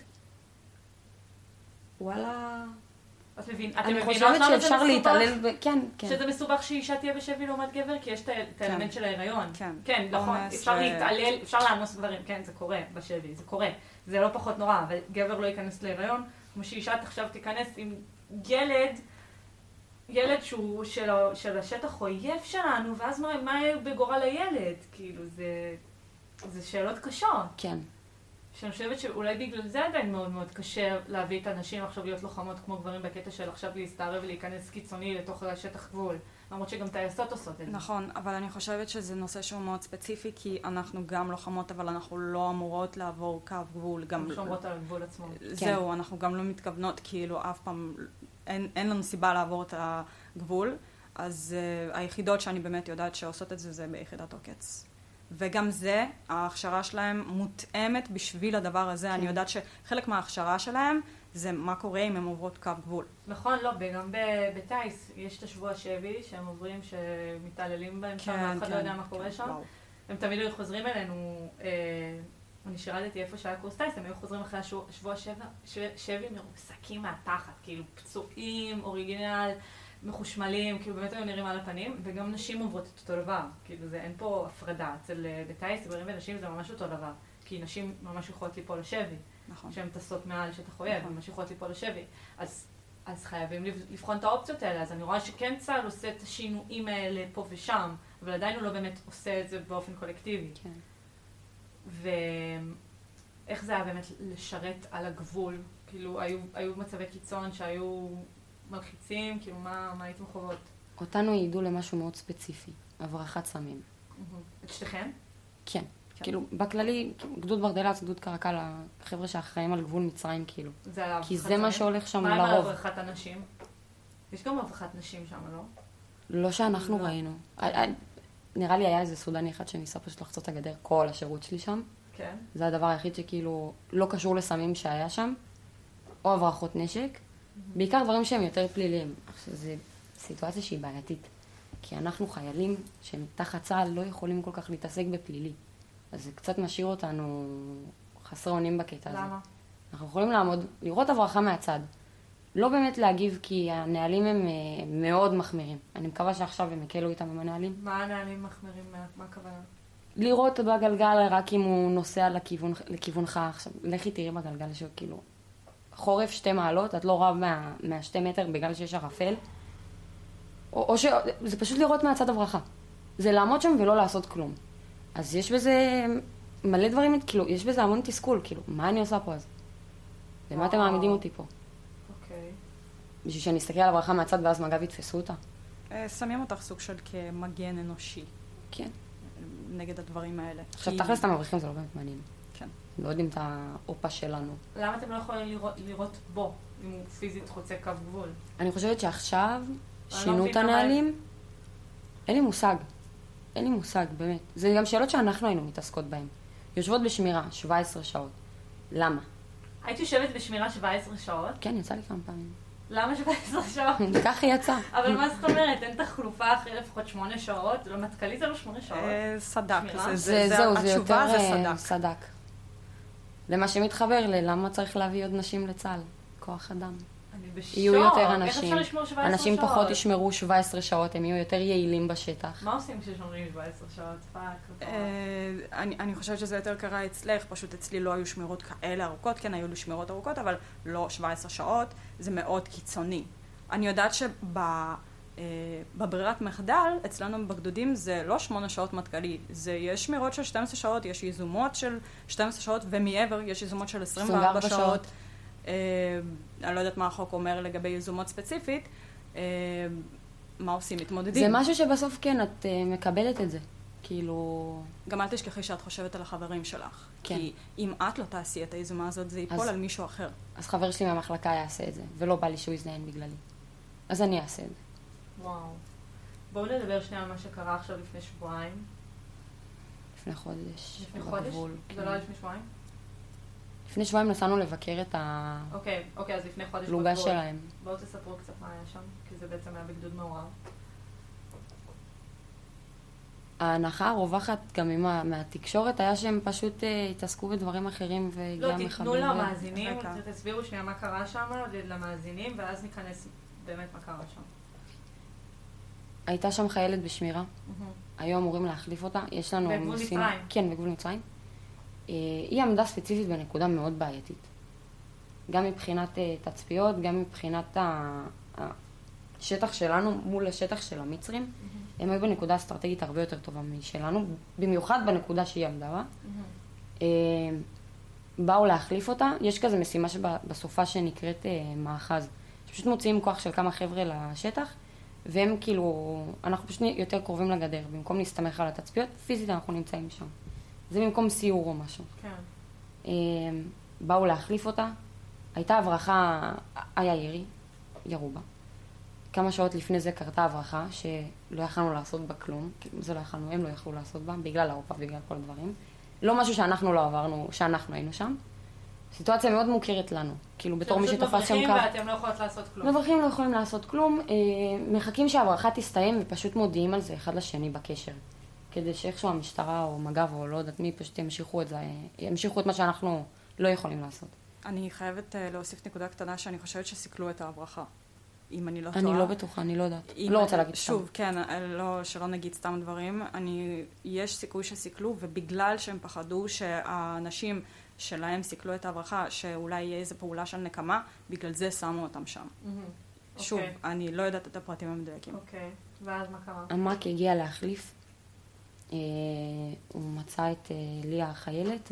וואלה... את מבין, אתם אני מבינות חושבת למה זה שאפשר מסובך? להתעלל ב... כן, כן. שזה מסובך שאישה תהיה בשבי לעומת גבר, כי יש את ה- את האלמנט של ההיריון. כן. כן, נכון, אונס אפשר ו- להתעלל, אפשר לאנוס גברים, כן, זה קורה בשבי, זה קורה. זה לא פחות נורא, אבל גבר לא ייכנס להיריון, כמו שאישה עכשיו תיכנס עם ילד, ילד שהוא של, ה- של השטח אויב שלנו, ואז מה, מה יהיה בגורל הילד? כאילו, זה, זה שאלות קשות. כן. שאני חושבת שאולי בגלל זה עדיין מאוד מאוד קשה להביא את הנשים עכשיו להיות לוחמות כמו גברים בקטע של עכשיו להסתערב ולהיכנס קיצוני לתוך שטח גבול. למרות שגם טייסות עושות את זה. נכון, אבל אני חושבת שזה נושא שהוא מאוד ספציפי, כי אנחנו גם לוחמות, אבל אנחנו לא אמורות לעבור קו גבול. גם שומרות על הגבול עצמו. זהו, אנחנו גם לא מתכוונות, כאילו, אף פעם, אין, אין לנו סיבה לעבור את הגבול, אז uh, היחידות שאני באמת יודעת שעושות את זה, זה ביחידת עוקץ. וגם זה, ההכשרה שלהם מותאמת בשביל הדבר הזה. אני יודעת שחלק מההכשרה שלהם זה מה קורה אם הם עוברות קו גבול. נכון, לא, וגם ב- בטייס יש את השבוע שבי שהם עוברים שמתעללים בהם שם, אף אחד לא יודע מה קורה שם. וואו. הם תמיד היו חוזרים אלינו, אה, אני שירתתי איפה שהיה קורס טייס, הם היו חוזרים אחרי השבוע שבע, ש- שבי מרוסקים מהתחת, כאילו פצועים, אוריגינל, מחושמלים, כאילו באמת היו נראים על הפנים, וגם נשים עוברות את אותו דבר, כאילו זה, אין פה הפרדה, אצל בטייס, גברים ונשים זה ממש אותו דבר, כי נשים ממש יכולות ליפול לשבי, נכון. שהן טסות מעל שטח אויב, נכון. ממש יכולות ליפול לשבי, אז, אז חייבים לבחון את האופציות האלה, אז אני רואה שכן צה"ל עושה את השינויים האלה פה ושם, אבל עדיין הוא לא באמת עושה את זה באופן קולקטיבי. כן. ואיך זה היה באמת לשרת על הגבול? כאילו, היו, היו מצבי קיצון שהיו מלחיצים, כאילו, מה, מה הייתם חוות? אותנו ייעדו למשהו מאוד ספציפי, הברחת סמים. את שתיכן? כן. כאילו, בכללי, גדוד ברדלס, גדוד קרקל, החבר'ה שאחראים על גבול מצרים, כאילו. זה על כי הברחת זה מה סמים? שהולך שם מה עם על לרוב. הברחת הנשים? יש גם הברחת נשים שם, לא? לא שאנחנו לא. ראינו. נראה לי היה איזה סודני אחד שניסה פשוט לחצות את הגדר כל השירות שלי שם. כן. זה הדבר היחיד שכאילו לא קשור לסמים שהיה שם, או הברחות נשק. בעיקר דברים שהם יותר פליליים. עכשיו, זו סיטואציה שהיא בעייתית. כי אנחנו חיילים שהם תחת צה"ל לא יכולים כל כך להתעסק בפלילי. אז זה קצת משאיר אותנו חסרי אונים בקטע הזה. למה? אנחנו יכולים לעמוד, לראות הברחה מהצד. לא באמת להגיב כי הנהלים הם אה, מאוד מחמירים. אני מקווה שעכשיו הם הקלו איתם עם הנהלים. מה הנהלים מחמירים? מה, מה הכוונה? לראות בגלגל רק אם הוא נוסע לכיוון, לכיוונך. עכשיו, לכי תראי בגלגל שכאילו, חורף שתי מעלות, את לא רב מה, מהשתי מטר בגלל שיש ערפל. או, או ש... זה פשוט לראות מהצד הברחה. זה לעמוד שם ולא לעשות כלום. אז יש בזה מלא דברים, כאילו, יש בזה המון תסכול, כאילו, מה אני עושה פה אז? למה אתם מעמידים אותי פה? אוקיי. בשביל שאני אסתכל על הברחה מהצד ואז מג"ב יתפסו אותה? אה, שמים אותך סוג של כמגן אנושי כן. נגד הדברים האלה. עכשיו, כי- תכלס את המבריחים זה לא באמת מעניין. כן. לא יודעים את האופה שלנו. למה אתם לא יכולים לראות, לראות בו? אם הוא פיזית חוצה קו גבול. אני חושבת שעכשיו לא שינו מבין את למה- הנהלים. אין לי מושג. אין לי מושג, באמת. זה גם שאלות שאנחנו היינו מתעסקות בהן. יושבות בשמירה, שבע עשרה שעות. למה? היית יושבת בשמירה שבע עשרה שעות? כן, יצא לי כמה פעמים. למה שבע עשרה שעות? ככה יצא. אבל מה זאת אומרת? אין תחלופה אחרי לפחות שמונה שעות? לא, מטכ"לי זה לא שמונה שעות. אה, סדק. שמירה? זה- זה, זה- זהו, זה יותר התשובה זה אה, סדק. סדק. למה שמתחבר ללמה צריך להביא עוד נשים לצה"ל. כוח אדם. אני בשוק. יהיו יותר איך אנשים. אפשר לשמור שבע עשרה שעות? אנשים פחות ישמרו שבע עשרה שעות, הם יהיו יותר יעילים בשטח. מה עושים כששומרים שבע עשרה שעות? פאק. אה, אני אני חושבת שזה יותר קרה אצלך, פשוט אצלי לא היו שמירות כאלה ארוכות, כן היו לי שמירות ארוכות, אבל לא שבע עשרה שעות, זה מאוד קיצוני. אני יודעת שבברירת מחדל, אצלנו בגדודים זה לא שמונה שעות מטכ"לי, זה יש שמירות של שתים עשרה שעות, יש יזומות של שתים עשרה שעות, ומעבר יש יזומות של עשרים וארבע שעות. אה, אני לא יודעת מה החוק אומר לגבי יזומות ספציפית, אה, מה עושים? מתמודדים. זה משהו שבסוף כן, את אה, מקבלת את זה. כאילו... גם אל תשכחי שאת חושבת על החברים שלך. כן. כי אם את לא תעשי את היזומה הזאת, זה ייפול אז- על מישהו אחר. אז חבר שלי מהמחלקה יעשה את זה, ולא בא לי שהוא יזדיין בגללי. אז אני אעשה את זה. וואו. בואו נדבר שנייה על מה שקרה עכשיו לפני שבועיים. לפני חודש. לפני חודש? בגבול, זה כן. לא היה לפני שבועיים? לפני שבועיים נסענו לבקר את אוקיי, אוקיי, אז לפני חודש הפלוגה בגבול. שלהם. בואו תספרו קצת מה היה שם, כי זה בעצם היה בגדוד מעורב. ההנחה הרווחת גם עם ה- מהתקשורת היה שהם פשוט אה, התעסקו בדברים אחרים לא, והגיע תיתנו מחבל. ו- למאזינים, רקע. תסבירו שנייה מה קרה שם, למאזינים, ואז ניכנס באמת מה קרה שם. הייתה שם חיילת בשמירה, היו אמורים להחליף אותה, יש לנו... בגבול נושאים- מצרים. כן, בגבול מצרים. אה, היא עמדה ספציפית בנקודה מאוד בעייתית. גם מבחינת אה, תצפיות, גם מבחינת ה- השטח שלנו מול השטח של המצרים. הם היו בנקודה אסטרטגית הרבה יותר טובה משלנו, במיוחד בנקודה שהיא עמדה בה. אה, באו להחליף אותה, יש כזה משימה שבסופה שנקראת אה, מאחז. שפשוט מוציאים כוח של כמה חבר'ה לשטח, והם כאילו, אנחנו פשוט יותר קרובים לגדר, במקום להסתמך על התצפיות, פיזית אנחנו נמצאים שם. זה במקום סיור או משהו. כן. אה, באו להחליף אותה, הייתה הברחה, היה ירי, ירו בה. כמה שעות לפני זה קרתה הברחה, שלא יכלנו לעשות בה כלום, זה לא יכלנו, הם לא יכלו לעשות בה, בגלל העופה, בגלל כל הדברים. לא משהו שאנחנו לא עברנו, שאנחנו היינו שם. סיטואציה מאוד מוכרת לנו, כאילו בתור מי שתפס שם שפשוט קו. מברכים ואתם לא יכולות לעשות כלום. מברכים לא יכולים לעשות כלום, אה, מחכים שההברחה תסתיים ופשוט מודיעים על זה אחד לשני בקשר. כדי שאיכשהו המשטרה או מג"ב או לא יודעת מי פשוט ימשיכו את זה, ימשיכו את מה שאנחנו לא יכולים לעשות. אני חייבת אה, להוסיף נקודה קטנה שאני חושבת שסיכלו את ההברחה. אם אני לא טועה. אני לא בטוחה, אני לא יודעת. אם- לא רוצה להגיד סתם. שוב, כן, אה, לא, שלא נגיד סתם דברים. אני, יש סיכוי שסיכלו, ובגלל שהם פחדו שהאנשים שלהם סיכלו את ההברחה, שאולי יהיה איזו פעולה של נקמה, בגלל זה שמו אותם שם. מהמם. שוב, אוקיי. אני לא יודעת את הפרטים המדויקים. אוקיי, ואז מה קרה? המ"ק הגיע להחליף, אה, הוא מצא את אה, ליה החיילת,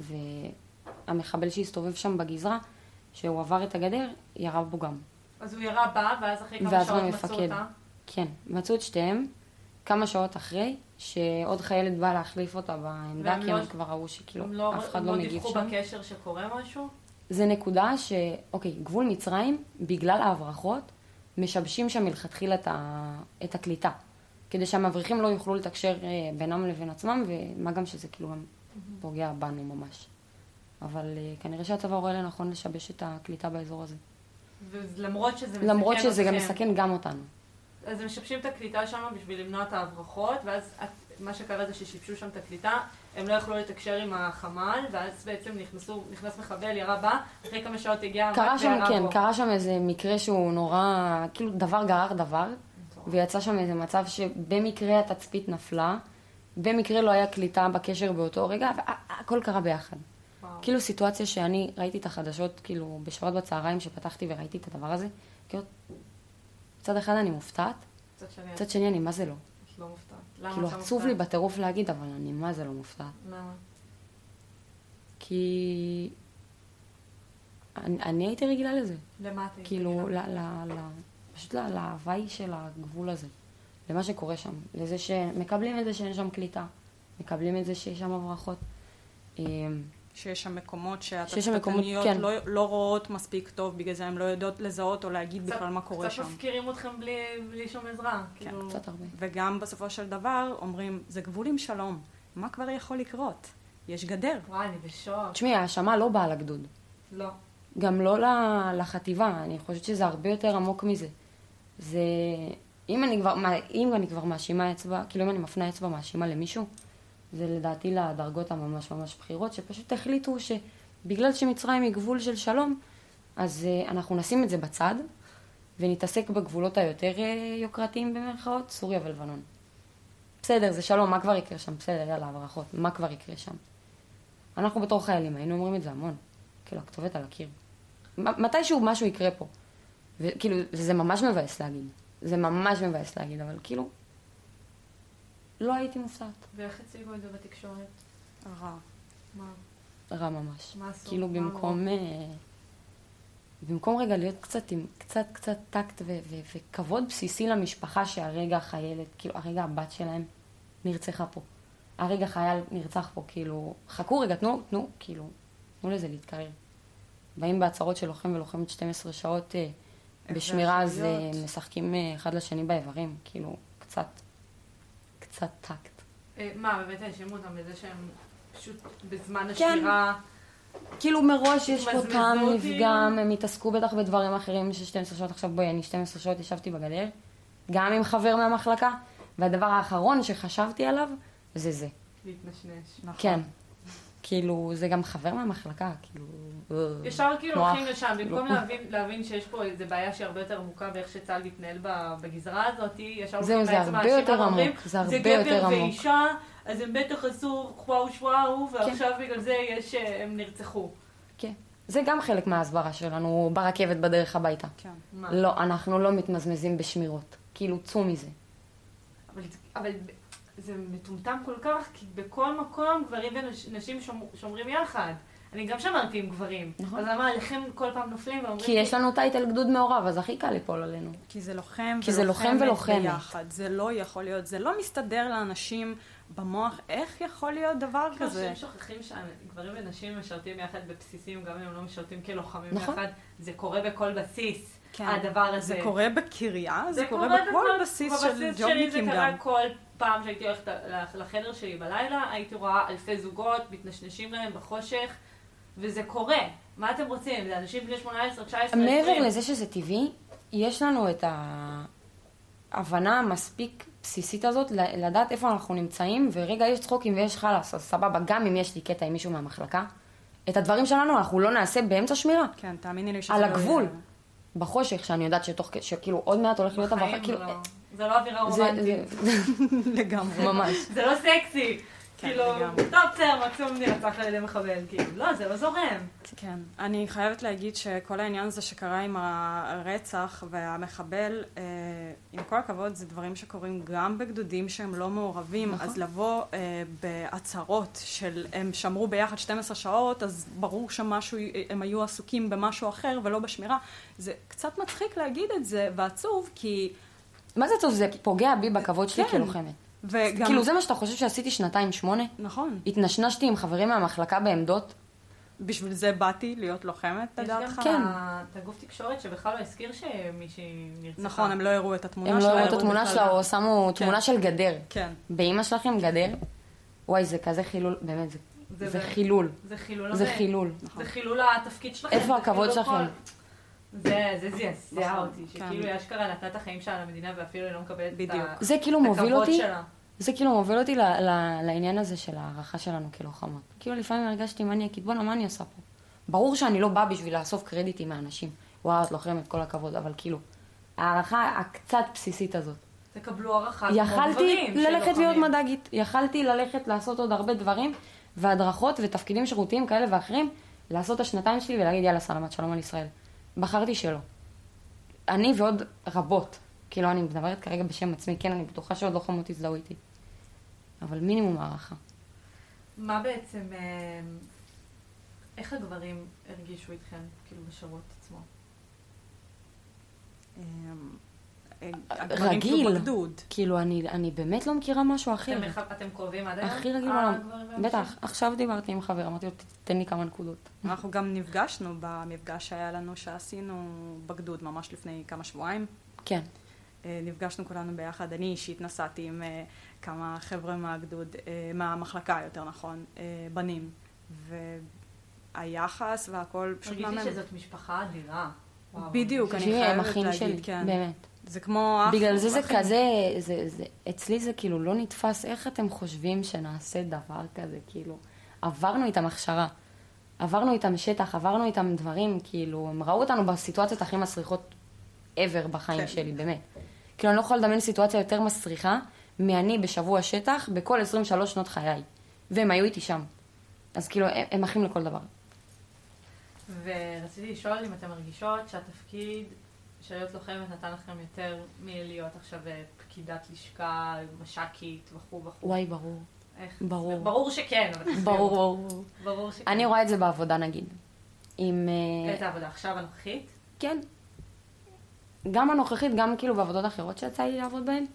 והמחבל שהסתובב שם בגזרה, שהוא עבר את הגדר, ירה בו גם. אז הוא ירה בה, ואז אחרי כמה ואז שעות המפקד. מצאו אותה. כן, מצאו את שתיהם, כמה שעות אחרי, שעוד חיילת באה להחליף אותה בעמדה, והם כי לא- הם כבר ראו שכאילו הם לא, אף אחד הם לא לא מגיב דיווחו שם. בקשר שקורה משהו? זה נקודה ש... אוקיי, גבול מצרים, בגלל ההברחות, משבשים שם מלכתחילה את, ה... את הקליטה. כדי שהמבריחים לא יוכלו לתקשר אה, בינם לבין עצמם, ומה גם שזה כאילו גם פוגע בנו ממש. אבל אה, כנראה שהצבא רואה לנכון לשבש את הקליטה באזור הזה. ולמרות שזה מסכן למרות שזה גם אתכם. מסכן גם אותנו. אז הם משבשים את הקליטה שם בשביל למנוע את ההברחות, ואז את- מה שקרה זה ששיבשו שם את הקליטה, הם לא יכלו לתקשר עם החמ"ל, ואז בעצם נכנסו, נכנס מחבל, ירה בה, אחרי כמה שעות הגיע המ"ק קרה שם, וירה כן, בו. קרה שם איזה מקרה שהוא נורא, כאילו דבר גרר דבר, מטורף. ויצא שם איזה מצב שבמקרה התצפית נפלה, במקרה לא היה קליטה בקשר באותו רגע, והכל קרה ביחד. וואו. כאילו סיטואציה שאני ראיתי את החדשות, כאילו בשעות בצהריים שפתחתי וראיתי את הדבר הזה, כאילו, מצד אחד אני מופתעת, מצד שני, מצד שני אני מה זה לא. את לא מופתעת. למה כאילו את לא עצוב לי מופתעת? בטירוף להגיד, אבל אני מה זה לא מופתעת. למה? כי אני, אני הייתי רגילה לזה. למה את היית כאילו, רגילה? ל, ל, ל, פשוט ל- להוואי של הגבול הזה, למה שקורה שם, לזה שמקבלים את זה שאין שם קליטה, מקבלים את זה שיש שם הברחות. אמ, שיש שם מקומות שיש שם מקומות, שהתצפיתניות כן. לא, לא רואות מספיק טוב, בגלל זה הן לא יודעות לזהות או להגיד בכלל מה קורה שם. קצת מפקירים אתכם בלי, בלי שום עזרה. כן, כאילו... קצת הרבה. וגם בסופו של דבר אומרים, זה גבול עם שלום, מה כבר יכול לקרות? יש גדר. וואי, אני בשוק. תשמעי, האשמה לא באה לגדוד. לא. גם לא לחטיבה, אני חושבת שזה הרבה יותר עמוק מזה. זה... אם אני כבר, אם אני כבר מאשימה אצבע, כאילו אם אני מפנה אצבע מאשימה למישהו, זה לדעתי לדרגות הממש ממש בחירות, שפשוט החליטו שבגלל שמצרים היא גבול של שלום, אז אנחנו נשים את זה בצד, ונתעסק בגבולות היותר יוקרתיים במרכאות, סוריה ולבנון. בסדר, זה שלום, מה כבר יקרה שם? בסדר, יאללה, הברכות, מה כבר יקרה שם? אנחנו בתור חיילים היינו אומרים את זה המון, כאילו, הכתובת על הקיר. מתישהו משהו יקרה פה. וכאילו, זה ממש מבאס להגיד. זה ממש מבאס להגיד, אבל כאילו, לא הייתי מופתעת. ואיך הציגו את זה בתקשורת? רע. מה? רע ממש. מה עשו? כאילו, מה במקום... אה, במקום רגע להיות קצת עם קצת קצת טקט ו- ו- וכבוד בסיסי למשפחה שהרגע החיילת, כאילו, הרגע הבת שלהם נרצחה פה. הרגע חייל נרצח פה, כאילו, חכו רגע, תנו, תנו, כאילו, תנו לזה להתקרר. באים בהצהרות של לוחם ולוחמת שתים עשרה שעות אה, בשמירה, אז אה, משחקים אה, אחד לשני באיברים, כאילו, קצת, קצת טקט. אה, מה, באמת האשימו אותם בזה שהם פשוט בזמן השמירה... כאילו מראש יש פה טעם התמזמזו לפגם, הם התעסקו בטח בדברים אחרים ש-שתים עשרה שעות, עכשיו בואי, אני שתים עשרה שעות ישבתי בגדר, גם עם חבר מהמחלקה, והדבר האחרון שחשבתי עליו, זה זה. להתנשנש. נכון. כן. כאילו, זה גם חבר מהמחלקה, כאילו... ישר כאילו מוח. הולכים לשם, במקום לא. להבין, להבין שיש פה איזו בעיה שהיא הרבה יותר עמוקה באיך שצה"ל מתנהל ב- בגזרה הזאת, ישר זהו, הולכים זה בעצם הרבה האשימה יותר ואומרים, עמוק, זה הרבה זה יותר גבר עמוק." ואישה, אז הם בטח עשו וואו שוואו, ועכשיו בגלל זה יש, הם נרצחו. כן. זה גם חלק מההסברה שלנו ברכבת בדרך הביתה. כן. מה? לא, אנחנו לא מתמזמזים בשמירות. כאילו, צאו מזה. אבל, אבל זה מטומטם כל כך, כי בכל מקום גברים ונשים שומר, שומרים יחד. אני גם שמרתי עם גברים. נכון. אז למה עליכם כל פעם נופלים ואומרים... כי יש לנו טייטל גדוד מעורב, אז הכי קל ליפול עלינו. כי זה לוחם כי זה לוחם ולוחמת. ביחד. זה לא יכול להיות, זה לא מסתדר לאנשים במוח, איך יכול להיות דבר כזה? אנשים שוכחים שגברים ונשים משרתים יחד בבסיסים, גם אם הם לא משרתים כלוחמים נכון. יחד. זה קורה בכל בסיס, כן. הדבר הזה. זה קורה בקריה, זה, זה קורה קורה בכל בכל- בסיס בבסיס של שלי ג'ובניקים זה קרה גם. כל פעם שהייתי הולכת לחדר שלי בלילה, הייתי רואה אלפי זוגות, מתנשנשים להם בחושך, וזה קורה. מה אתם רוצים? זה אנשים בני שמונה עשרה, תשע עשרה, מעבר עשרים. לזה שזה טבעי, יש לנו את ההבנה המספיק בסיסית הזאת, ל- לדעת איפה אנחנו נמצאים, ורגע יש צחוקים ויש חלאס, אז סבבה, גם אם יש לי קטע עם מישהו מהמחלקה, את הדברים שלנו אנחנו לא נעשה באמצע שמירה. כן, תאמיני לי שזה על לא הגבול, יהיה. בחושך, שאני יודעת שתוך, שכאילו עוד מעט הולך להיות בחיים הברכה, כאילו, לא. זה לא אווירה זה, רומנטית. זה, לגמרי. ממש. זה לא סקסי. כן, כאילו, לגמרי. טוב, בסדר, מקסימום נרצח על ידי מחבל. כאילו, לא, זה לא זורם. כן, אני חייבת להגיד שכל העניין הזה שקרה עם הרצח והמחבל, אה, עם כל הכבוד, זה דברים שקורים גם בגדודים שהם לא מעורבים, נכון. אז לבוא אה, בהצהרות של הם שמרו ביחד שתים עשרה שעות, אז ברור שמשהו, הם היו עסוקים במשהו אחר ולא בשמירה. זה קצת מצחיק להגיד את זה, ועצוב, כי... מה זה טוב? זה פוגע בי בכבוד שלי כן. כלוחמת. וגם... כאילו זה מה שאתה חושב שעשיתי שנתיים שמונה? נכון. התנשנשתי עם חברים מהמחלקה בעמדות? בשביל זה באתי להיות לוחמת, יש לדעת גם לך? כן. את הגוף תקשורת שבכלל לא הזכיר שמישהי נרצחה. נכון, הם לא הראו את התמונה הם לא שלה, הראו את התמונה בכלל- שלה, או שמו כן. תמונה של גדר. כן. באמא שלכם גדר? וואי, זה כזה חילול, באמת, זה, זה זה ב- חילול. זה חילול זה הרבה. חילול. זה חילול התפקיד שלכם. איפה זה הכבוד חילול שלכם? כל- זה, זה זעזע נכון, אותי, כן. שכאילו היא אשכרה נתנה את החיים שלה למדינה ואפילו היא לא מקבלת את בדיוק. ה- זה כאילו את מוביל הכבוד אותי, שלה. זה כאילו מוביל אותי ל- ל- לעניין הזה של הערכה שלנו כלוחמות. כאילו לפעמים הרגשתי מניאקית, בוא'נה, מה אני עושה פה? ברור שאני לא באה בשביל לאסוף קרדיטים מאנשים. וואו, את לוחמת, כל הכבוד, אבל כאילו, הערכה הקצת בסיסית הזאת. תקבלו הערכה כמו יכלתי גברים של ללכת להיות לוחמים. מדגית, יכלתי ללכת לעשות עוד הרבה דברים, והדרכות ותפקידים שירותיים כאלה ואחרים, לעשות את השנתיים שלי ולהגיד יאללה סלמת שלום על ישראל. בחרתי שלא. אני ועוד רבות, כאילו אני מדברת כרגע בשם עצמי, כן, אני בטוחה שעוד לוחמות יזדהו איתי. אבל מינימום הערכה. מה בעצם, אה, איך הגברים הרגישו איתכם, כאילו בשירות עצמו? אמ, הגברים כאילו רגיל. בגדוד. כאילו, אני, אני באמת לא מכירה משהו אחר. אתם, מח- אתם קרובים עד היום? הכי רגיל אה, בעולם. גברים ואנשים? בטח, עכשיו דיברתי עם חבר, אמרתי לו, תן לי כמה נקודות. אנחנו גם נפגשנו במפגש שהיה לנו שעשינו בגדוד ממש לפני כמה שבועיים. כן. אה, נפגשנו כולנו ביחד. אני אישית נסעתי עם אה, כמה חבר'ה מהגדוד, אה, מהמחלקה יותר נכון, אה, בנים. והיחס והכל פשוט מאמן. מרגישתי שזאת משפחה אדירה. וואו. בדיוק, אני תשמעי, הם חייבת אחים שלי, להגיד, כן. באמת. זה כמו אח. בגלל זה זה אחים. כזה, זה, זה, אצלי זה כאילו לא נתפס, איך אתם חושבים שנעשה דבר כזה, כאילו, עברנו איתם הכשרה, עברנו איתם שטח, עברנו איתם דברים, כאילו, הם ראו אותנו בסיטואציות הכי מסריחות ever בחיים כן. שלי, באמת. כאילו, אני לא יכולה לדמיין סיטואציה יותר מסריחה מאני בשבוע שטח, בכל עשרים ושלוש שנות חיי, והם היו איתי שם. אז כאילו, הם, הם אחים לכל דבר. ורציתי לשאול אם אתן מרגישות שהתפקיד של להיות לוחמת נתן לכם יותר מלהיות עכשיו פקידת לשכה, מש"קית וכו' וכו'. וואי, ברור. איך? ברור. ברור שכן, אבל תסבירו. ברור, ברור. ברור שכן. אני רואה את זה בעבודה, נגיד. עם... אה, איזה עבודה? עכשיו הנוכחית? כן. גם הנוכחית, גם כאילו בעבודות אחרות שיצא לי לעבוד בהן,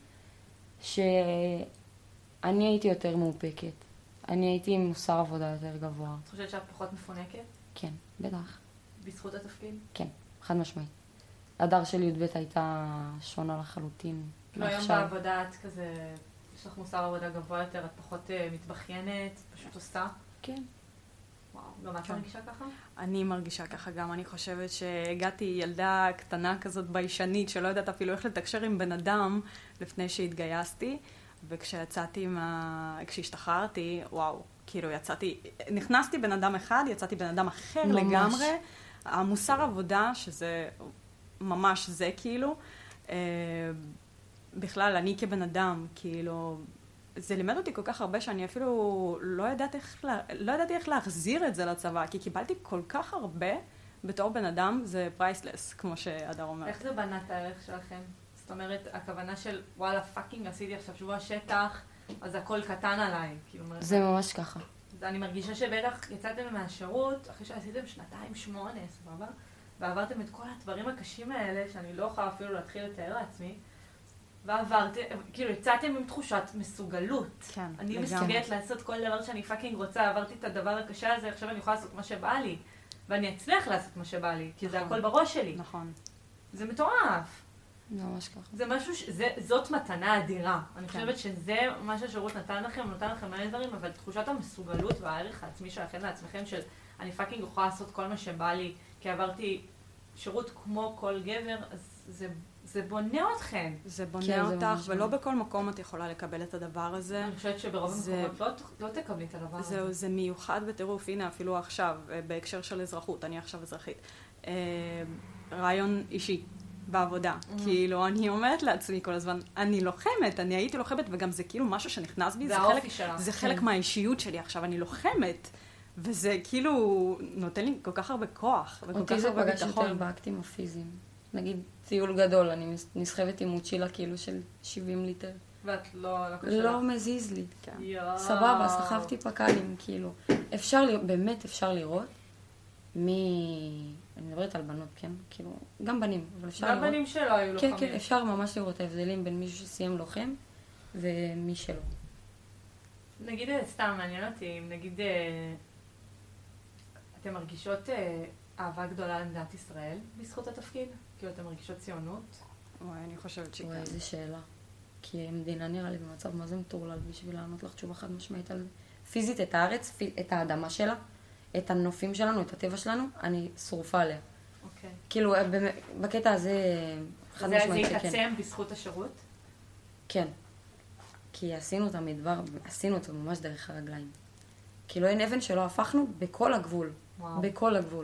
שאני הייתי יותר מאופקת. אני הייתי עם מוסר עבודה יותר גבוה. את חושבת שאת פחות מפונקת? כן, בטח. בזכות התפקיד? כן, חד משמעית. הדר של י"ב הייתה שונה לחלוטין. לא, היום מעכשיו. בעבודה את כזה, יש לך מוסר עבודה גבוה יותר, את פחות uh, מתבחיינת, פשוט עושה. כן. וואו, גם את כן. מרגישה ככה? אני מרגישה ככה גם, אני חושבת שהגעתי ילדה קטנה כזאת ביישנית, שלא יודעת אפילו איך לתקשר עם בן אדם לפני שהתגייסתי, וכשיצאתי מה... כשהשתחררתי, וואו, כאילו יצאתי, נכנסתי בן אדם אחד, יצאתי בן אדם אחר ממש. לגמרי. המוסר עבודה, שזה ממש זה כאילו, אה, בכלל, אני כבן אדם, כאילו, זה לימד אותי כל כך הרבה שאני אפילו לא ידעתי איך, לה, לא ידעתי איך להחזיר את זה לצבא, כי קיבלתי כל כך הרבה בתור בן אדם, זה פרייסלס, כמו שהדר אומר. איך זה בנה את הערך שלכם? זאת אומרת, הכוונה של וואלה פאקינג עשיתי עכשיו שבוע שטח, אז הכל קטן עליי. כאילו, זה ממש ככה. אני מרגישה שבטח יצאתם מהשירות, אחרי שעשיתם שנתיים שמונה, סבבה? ועברתם את כל הדברים הקשים האלה, שאני לא יכולה אפילו להתחיל לתאר לעצמי, ועברתם, כאילו יצאתם עם תחושת מסוגלות. כן, אני לגמרי. מסוגלת לעשות כל דבר שאני פאקינג רוצה, עברתי את הדבר הקשה הזה, עכשיו אני יכולה לעשות מה שבא לי. ואני אצליח לעשות מה שבא לי, כי זה נכון. הכל בראש שלי. נכון. זה מטורף. זה ממש ככה. זה משהו, ש... זה, זאת מתנה אדירה. אני כן. חושבת שזה מה שהשירות נתן לכם, הוא נתן לכם מלא דברים, אבל תחושת המסוגלות והערך העצמי שלכם לעצמכם, של אני פאקינג יכולה לעשות כל מה שבא לי, כי עברתי שירות כמו כל גבר, אז זה, זה בונה אתכם. זה בונה כן, זה אותך, ממש ולא בונה. בכל מקום את יכולה לקבל את הדבר הזה. אני חושבת שברוב זה- המקומות לא, לא תקבלי את הדבר הזה. זהו, זה מיוחד בטירוף, הנה אפילו עכשיו, אה, בהקשר של אזרחות, אני עכשיו אזרחית. אה, רעיון אישי בעבודה. כאילו, אני אומרת לעצמי כל הזמן, אני לוחמת, אני הייתי לוחמת, וגם זה כאילו משהו שנכנס בי, זה זה האופי חלק, שלך. זה חלק כן. מהאישיות שלי עכשיו, אני לוחמת. וזה כאילו נותן לי כל כך הרבה כוח, וכל כך אותי זה הרבה פגש יותר ביטחון. באקטים הפיזיים. נגיד, טיול גדול, אני נסחבת עם מוצ'ילה כאילו של שבעים ליטר. ואת לא, לא קשה לא לך. מזיז לי. כן. יואו. סבבה, סחבתי פקלים, כאילו. אפשר, לראות- באמת אפשר לראות מ... אני מדברת על בנות, כן? כאילו, גם בנים, אבל אפשר גם לראות. בנים שלא היו כן, לוחמים. כן, אפשר ממש לראות את ההבדלים בין מישהו שסיים לוחם ומי שלא. נגיד, אה, סתם מעניין אותי, אם נגיד, אה, אתן מרגישות אה, אהבה גדולה למדינת ישראל בזכות התפקיד? כאילו, אתן מרגישות ציונות? וואי, אני חושבת שכן. וואי, איזה שאלה. כי המדינה נראה לי במצב מה זה מטורלל בשביל לענות לך תשובה חד משמעית על פיזית את הארץ, פי- את האדמה שלה, את הנופים שלנו, את הטבע שלנו, אני שרופה עליה. אוקיי. כאילו, באמת, בקטע הזה חד זה, זה משמעית שכן. התעצם בזכות השירות? כן. כי עשינו את המדבר, עשינו אותו ממש דרך הרגליים. כאילו אין אבן שלא הפכנו בכל הגבול. וואו. בכל הגבול.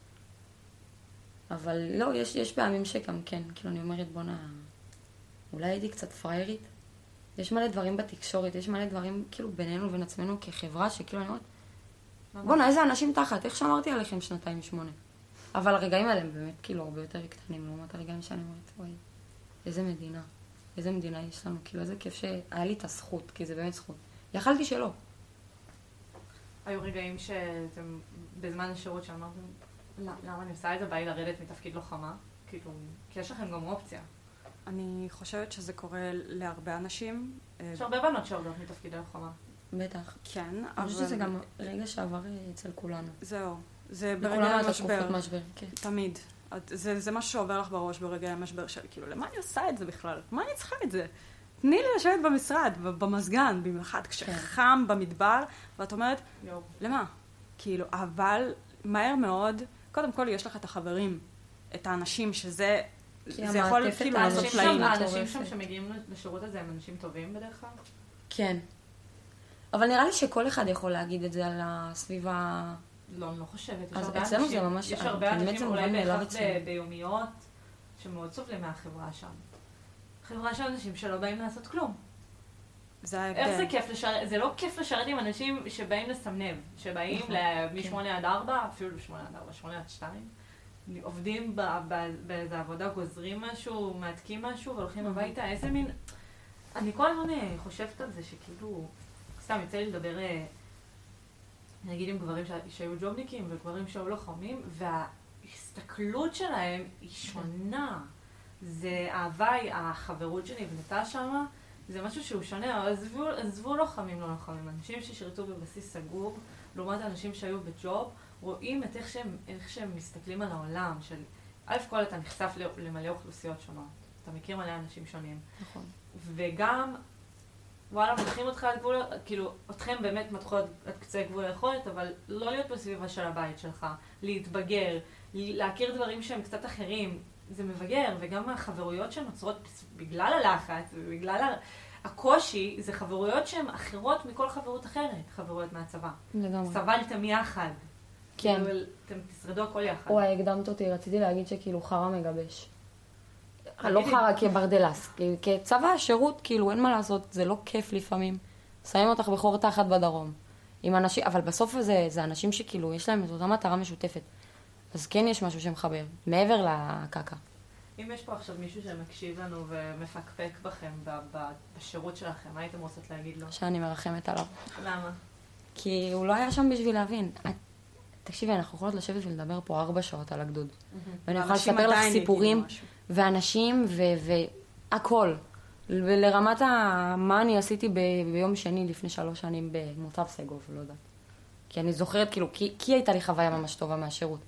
אבל לא, יש, יש פעמים שגם כן, כאילו אני אומרת בואנה, אולי הייתי קצת פריירית. יש מלא דברים בתקשורת, יש מלא דברים כאילו בינינו ובין עצמנו כחברה, שכאילו אני אומרת, בואנה איזה אנשים תחת, איך שמרתי עליכם שנתיים שמונה. אבל הרגעים האלה הם באמת כאילו הרבה יותר קטנים, לעומת הרגעים שאני אומרת, וואי, איזה מדינה, איזה מדינה יש לנו, כאילו איזה כיף שהיה לי את הזכות, כי זה באמת זכות. יכלתי שלא. היו רגעים שאתם, בזמן השירות שאמרתם, "לא, למה אני עושה את זה? בא לי לרדת מתפקיד לוחמה? כאילו, כי יש לכם גם אופציה. אני חושבת שזה קורה להרבה אנשים. יש הרבה בנות שעובדות מתפקידי לוחמה. בטח. כן, אני אבל... חושבת שזה גם רגע שעבר אצל כולנו. זהו. זה ברגע לכולנו הייתה המשבר. תקופות משבר, כן. תמיד. את- זה, זה משהו שעובר לך בראש ברגע המשבר שלי. כאילו, למה אני עושה את זה בכלל? מה אני צריכה את זה? תני לי לשבת במשרד, במזגן, במיוחד כשחם במדבר, ואת אומרת, יואו. למה? כאילו, אבל מהר מאוד, קודם כל יש לך את החברים, את האנשים שזה, כי זה יכול המעטפת כאילו הזאת לעשות האנשים פלאים. שם- האנשים מטורפת. שם שמגיעים לשירות הזה הם אנשים טובים בדרך כלל? כן. אבל נראה לי שכל אחד יכול להגיד את זה על הסביבה... לא, אני לא חושבת. יש אז הרבה אצלנו אנשים- זה ממש- יש הרבה באמת אנשים זה אולי מובן מאליו בהכרח אצלנו. ב- ביומיות שמאוד סובלים מהחברה שם. חברה של אנשים שלא באים לעשות כלום. זה איך ההבדל. זה כיף לשרת? זה לא כיף לשרת עם אנשים שבאים לסמנב, שבאים נכון, מ-שמונה עד ארבע, אפילו שמונה עד ארבע, שמונה עד שתיים. עובדים ב- ב- באיזה עבודה, גוזרים משהו, מעתקים משהו והולכים הביתה. איזה מין... אני כל הזמן אה, חושבת על זה שכאילו... סתם, יצא לי לדבר, אה, נגיד עם גברים ש- שהיו ג'ובניקים וגברים שהיו לוחמים, וההסתכלות שלהם היא שונה. זה ההוואי, החברות שנבנתה שמה, זה משהו שהוא שונה. עזבו, עזבו לוחמים לא לוחמים, אנשים ששירתו בבסיס סגור, לעומת אנשים שהיו בג'וב, רואים את איך שהם, איך שהם מסתכלים על העולם, של א' כל אתה נחשף למלא אוכלוסיות שונות, אתה מכיר מלא אנשים שונים. נכון. וגם, וואלה, מתחים אותך על גבול, כאילו, אתכם באמת מתחו עד עד קצה גבול היכולת, אבל לא להיות בסביבה של הבית שלך, להתבגר, ל- להכיר דברים שהם קצת אחרים, זה מבגר, וגם החברויות שנוצרות בגלל הלחץ, ובגלל ה- הקושי, זה חברויות שהן אחרות מכל חברות אחרת, חברויות מהצבא. לגמרי. סבלתם יחד. כן. כאילו, אתם תשרדו הכל יחד. וואי, הקדמת אותי, רציתי להגיד שכאילו חרא מגבש. תגידי. לא חרא כברדלס, כי- כצבא, שירות, כאילו אין מה לעשות, זה לא כיף לפעמים. שמים אותך בחור תחת בדרום. עם אנשים, אבל בסוף זה, זה אנשים שכאילו יש להם את אותה מטרה משותפת. אז כן יש משהו שמחבר, מעבר לקקה. אם יש פה עכשיו מישהו שמקשיב לנו ומפקפק בכם ב- ב- בשירות שלכם, מה הייתם רוצות להגיד לו? שאני מרחמת עליו. למה? כי הוא לא היה שם בשביל להבין. את- תקשיבי, אנחנו יכולות לשבת ולדבר פה ארבע שעות על הגדוד. ואני יכולה ואנשים לספר לך עדיין סיפורים, יגידו משהו. ואנשים והכל. ולרמת ה... מה אני עשיתי ב... ביום שני לפני שלוש שנים במוצב סגוב, לא יודעת. כי אני זוכרת, כאילו, כי, כי הייתה לי חוויה ממש טובה מהשירות.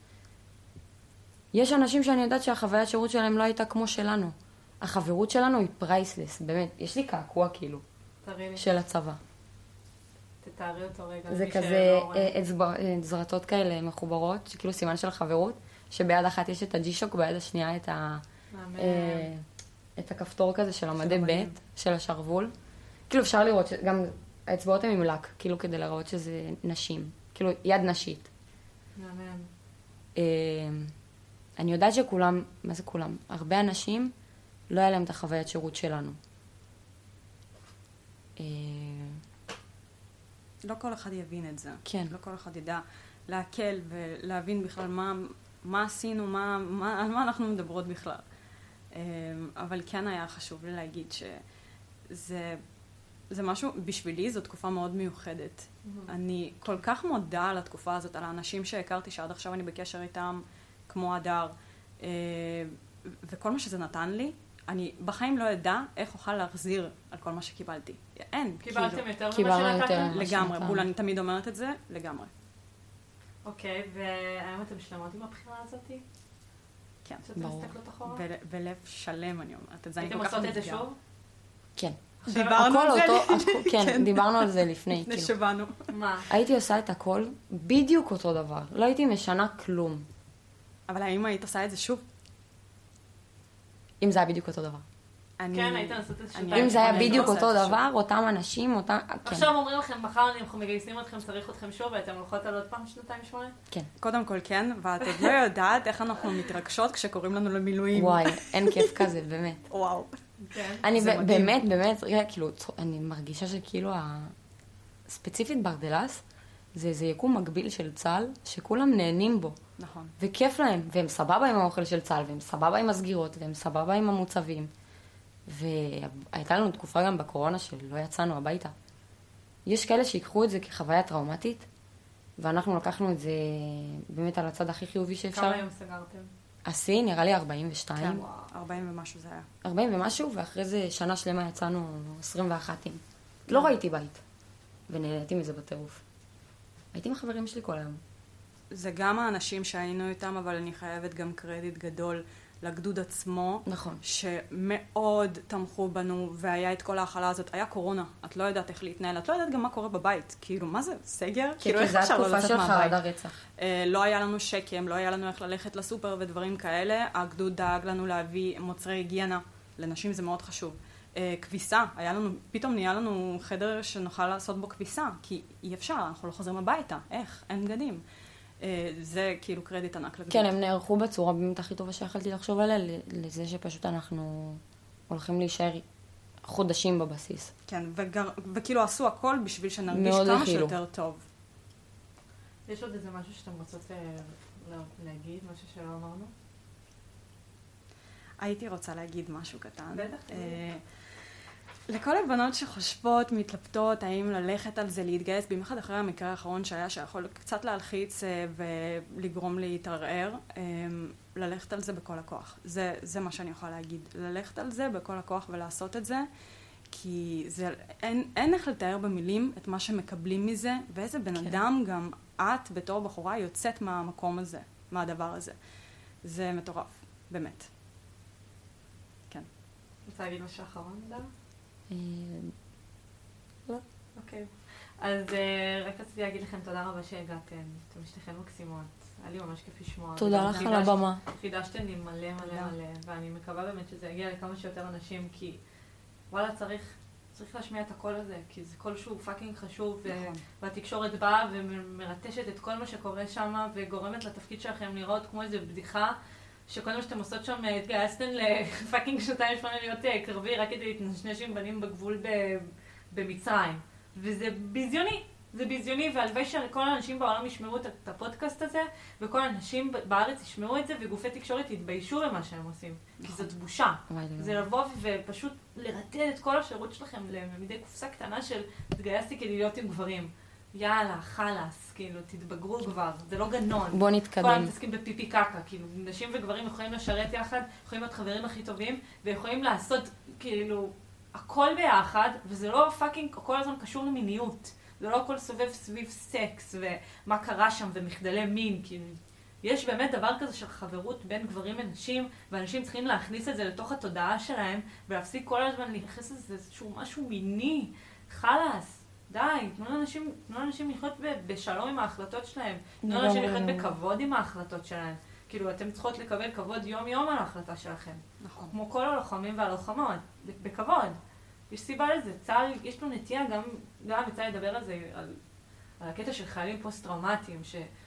יש אנשים שאני יודעת שהחוויית שירות שלהם לא הייתה כמו שלנו. החברות שלנו היא פרייסלס, באמת. יש לי קעקוע, כאילו, תראי לי, של הצבא. תתארי אותו רגע. זה למי כזה שלא רואה. אה, אצבע, אה, זרטות כאלה מחוברות, שכאילו סימן של חברות, שביד אחת יש את הג'י-שוק, ביד השנייה את ה... מהמם. אה, את הכפתור כזה של המדי המדים. ב' של השרוול. כאילו אפשר לראות שגם האצבעות הן עם לק, כאילו כדי לראות שזה נשים. כאילו יד נשית. מהמם. אה, אני יודעת שכולם, מה זה כולם? הרבה אנשים לא היה להם את החוויית שירות שלנו. אה, לא כל אחד יבין את זה. כן. לא כל אחד ידע להקל ולהבין בכלל מה, מה עשינו, מה, מה, על מה אנחנו מדברות בכלל. אמ, אבל כן היה חשוב לי להגיד שזה זה משהו, בשבילי זו תקופה מאוד מיוחדת. אני כל כך מודה על התקופה הזאת, על האנשים שהכרתי שעד עכשיו אני בקשר איתם, כמו הדר, אה, וכל מה שזה נתן לי, אני בחיים לא ידע איך אוכל להחזיר על כל מה שקיבלתי. אין, קיבלתם כאילו. יותר ממה קיבלנו יותר. שנתתם? מה לגמרי, שנתן. בול, אני תמיד אומרת את זה, לגמרי. אוקיי, והיום אתם שלמות עם הבחירה הזאת? כן. שאתם ברור. מסתכלות אחורה? ול- ולב שלם, אני אומרת את זה, אני הייתם כל כך עושות את זה מתגאה. שוב? כן. דיברנו הכל על זה, אותו, הכ- כן, דיברנו על זה לפני, לפני כאילו. שבאנו. מה? הייתי עושה את הכל בדיוק אותו דבר. לא הייתי משנה כלום, אבל האם היית עושה את זה שוב? אם זה היה בדיוק אותו דבר. אני- כן, הייתם לעשות איזשהו אני- טייק. אם זה היה אני לא בדיוק עושה אותו את זה שוב. דבר, אותם אנשים, אותם... כן, עכשיו אומרים לכם, מחר אנחנו מגייסים אתכם, צריך אתכם שוב, ואתם הולכות על עוד פעם שנתיים שמונה? כן. קודם כל כן, ואת עוד לא יודעת איך אנחנו מתרגשות כשקוראים לנו למילואים. וואי, אין כיף כזה, באמת. וואו. כן. אני זה ב- מדהים. באמת, באמת, רגע, כאילו, צ- אני מרגישה שכאילו, ה- ספציפית ברדלס, זה איזה יקום מקביל של צה"ל, שכולם נהנים בו, נכון. וכיף להם, והם סבבה עם האוכל של צה"ל, והם סבבה עם הסגירות, והם סבבה עם המוצבים. והייתה לנו תקופה גם בקורונה שלא יצאנו הביתה. יש כאלה שיקחו את זה כחוויה טראומטית, ואנחנו לקחנו את זה באמת על הצד הכי חיובי שאפשר. כמה יום סגרתם? השיא נראה לי ארבעים ושתיים. כן, ארבעים ומשהו זה היה. ארבעים ומשהו, ואחרי זה שנה שלמה יצאנו עשרים ואחת. לא ראיתי בית, ונהניתי מזה בטירוף. הייתי עם החברים שלי כל היום. זה גם האנשים שהיינו איתם, אבל אני חייבת גם קרדיט גדול לגדוד עצמו. נכון. שמאוד תמכו בנו, והיה את כל ההכלה הזאת. היה קורונה, את לא יודעת איך להתנהל, את לא יודעת גם מה קורה בבית. כאילו, מה זה? סגר? כן, כי זו התקופה של חרדה רצח. לא היה לנו שקם, לא היה לנו איך ללכת לסופר ודברים כאלה. הגדוד דאג לנו להביא מוצרי היגיינה. לנשים זה מאוד חשוב. כביסה, היה לנו, פתאום נהיה לנו חדר שנוכל לעשות בו כביסה, כי אי אפשר, אנחנו לא חוזרים הביתה. איך? אין בגדים. זה כאילו קרדיט ענק לגדוד. כן, הם נערכו בצורה באמת הכי טובה שיכולתי לחשוב עליה, לזה שפשוט אנחנו הולכים להישאר חודשים בבסיס. כן, וגר, וכאילו עשו הכל בשביל שנרגיש כמה שיותר טוב. יש עוד איזה משהו שאתם רוצות להגיד, משהו שלא אמרנו? הייתי רוצה להגיד משהו קטן. בטח. לכל הבנות שחושבות, מתלבטות, האם ללכת על זה, להתגייס, במיוחד אחרי המקרה האחרון שהיה, שיכול קצת להלחיץ ולגרום להתערער, ללכת על זה בכל הכוח. זה, זה מה שאני יכולה להגיד. ללכת על זה בכל הכוח ולעשות את זה, כי זה, אין, אין איך לתאר במילים את מה שמקבלים מזה, ואיזה בן אדם גם את בתור בחורה יוצאת מהמקום הזה, מהדבר הזה. זה מטורף, באמת. כן. רוצה להגיד משהו אחרון, דר? לא. אוקיי. אז רק רציתי להגיד לכם תודה רבה שהגעתם. אתם שתיכן מקסימות. היה לי ממש כיף לשמוע. תודה לך על הבמה. חידשתם לי מלא מלא מלא, ואני מקווה באמת שזה יגיע לכמה שיותר אנשים, כי וואלה צריך, צריך להשמיע את הקול הזה, כי זה קול שהוא פאקינג חשוב, והתקשורת באה ומרטשת את כל מה שקורה שם, וגורמת לתפקיד שלכם לראות כמו איזו בדיחה, שכל מה שאתם עושות שם, התגייסתם לפאקינג שנתיים שמונה להיות קרבי, רק כדי להתנשנש עם בנים בגבול במצרים. וזה ביזיוני, זה ביזיוני, והלוואי שכל האנשים בעולם ישמעו את הפודקאסט הזה, וכל האנשים בארץ ישמעו את זה, וגופי תקשורת יתביישו במה שהם עושים. כי זאת בושה. זה לבוא ופשוט לרטט את כל השירות שלכם למדי קופסה קטנה של התגייסתי כדי להיות עם גברים. יאללה, חלאס, כאילו, תתבגרו כבר, זה לא גנון. בוא נתקדם. כל מתעסקים בפיפי קקה, כאילו, נשים וגברים יכולים לשרת יחד, יכולים להיות חברים הכי טובים, ויכולים לעשות, כאילו, הכל ביחד, וזה לא פאקינג, כל הזמן קשור למיניות. זה לא הכל סובב סביב סקס, ומה קרה שם, ומחדלי מין, כאילו. יש באמת דבר כזה של חברות בין גברים לנשים, ואנשים צריכים להכניס את זה לתוך התודעה שלהם, ולהפסיק כל הזמן להיכנס לזה איזשהו משהו מיני. חלאס. די, תנו לאנשים, תנו לאנשים לחיות בשלום עם ההחלטות שלהם. תנו לאנשים לחיות בכבוד עם ההחלטות שלהם. כאילו, אתם צריכות לקבל כבוד יום-יום על ההחלטה שלכם. נכון. כמו כל הלוחמים והלוחמות, בכבוד. יש סיבה לזה. צה"ל, יש לו נטייה, גם, גם יצא לדבר על זה, על, על הקטע של חיילים פוסט-טראומטיים,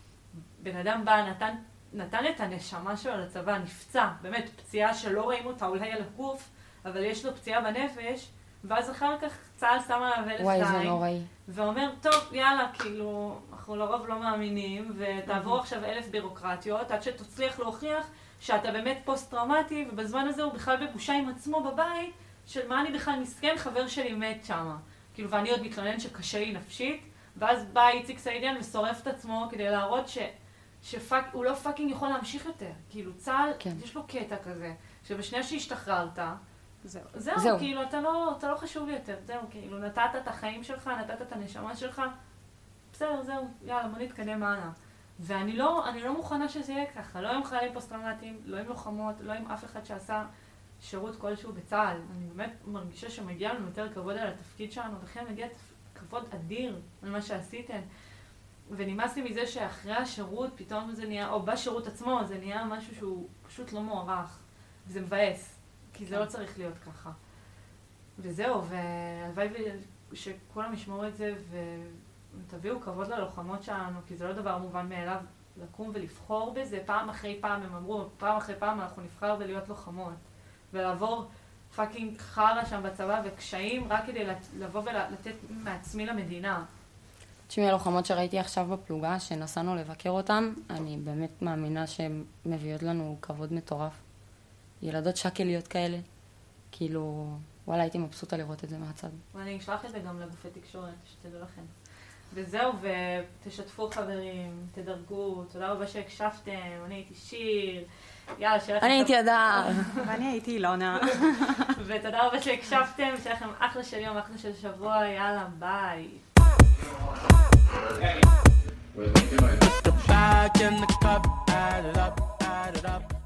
שבן אדם בא, נתן, נתן את הנשמה שלו לצבא, נפצע, באמת, פציעה שלא רואים אותה אולי על הגוף, אבל יש לו פציעה בנפש, ואז אחר כך צה"ל שם עליו אלף וואי, זה נוראי. ואומר, טוב, יאללה, כאילו, אנחנו לרוב לא מאמינים, ותעבור עכשיו אלף בירוקרטיות, עד שתצליח להוכיח שאתה באמת פוסט-טראומטי, ובזמן הזה הוא בכלל בבושה עם עצמו בבית, של מה אני בכלל מסכן, חבר שלי מת שמה. כאילו, ואני עוד מתלונן שקשה לי נפשית, ואז בא איציק סעידיאן ושורף את עצמו כדי להראות ש... שפאק... הוא לא פאקינג יכול להמשיך יותר. כאילו, צה"ל, כן. יש לו קטע כזה, שבשנייה שהשתחררת, זהו. זהו, זהו, כאילו, אתה לא, אתה לא חשוב לי יותר, זהו, כאילו, נתת את החיים שלך, נתת את הנשמה שלך, בסדר, זהו, יאללה, בוא נתקדם הלאה. ואני לא, אני לא מוכנה שזה יהיה ככה, לא עם חיילים פוסט-טראומטיים, לא עם לוחמות, לא עם אף אחד שעשה שירות כלשהו בצה"ל. אני באמת מרגישה שמגיע לנו יותר כבוד על התפקיד שלנו, לכן מגיע כבוד אדיר על מה שעשיתם. ונמאס לי מזה שאחרי השירות, פתאום זה נהיה, או בשירות עצמו, זה נהיה משהו שהוא פשוט לא מוערך, וזה מבאס. כי זה לא צריך להיות ככה. וזהו, והלוואי שכולם ישמעו את זה ותביאו כבוד ללוחמות שלנו, כי זה לא דבר מובן מאליו לקום ולבחור בזה. פעם אחרי פעם הם אמרו, פעם אחרי פעם אנחנו נבחר בלהיות לוחמות. ולעבור פאקינג חרה שם בצבא וקשיים רק כדי לבוא ולתת מעצמי למדינה. תשמעי, הלוחמות שראיתי עכשיו בפלוגה, שנסענו לבקר אותם, אני באמת מאמינה שהן מביאות לנו כבוד מטורף. ילדות שקליות כאלה, כאילו, וואלה, הייתי מבסוטה לראות את זה מהצד. ואני אשלח את זה גם לגופי תקשורת, שתדעו לכם. וזהו, ותשתפו חברים, תדרגו, תודה רבה שהקשבתם, אני הייתי שיר, יאללה, שיהיה לכם... אני הייתי אדר. ואני הייתי אילונה. ותודה רבה שהקשבתם, שיהיה לכם אחלה של יום, אחלה של שבוע, יאללה, ביי. Back in the cup, add it up, add it up.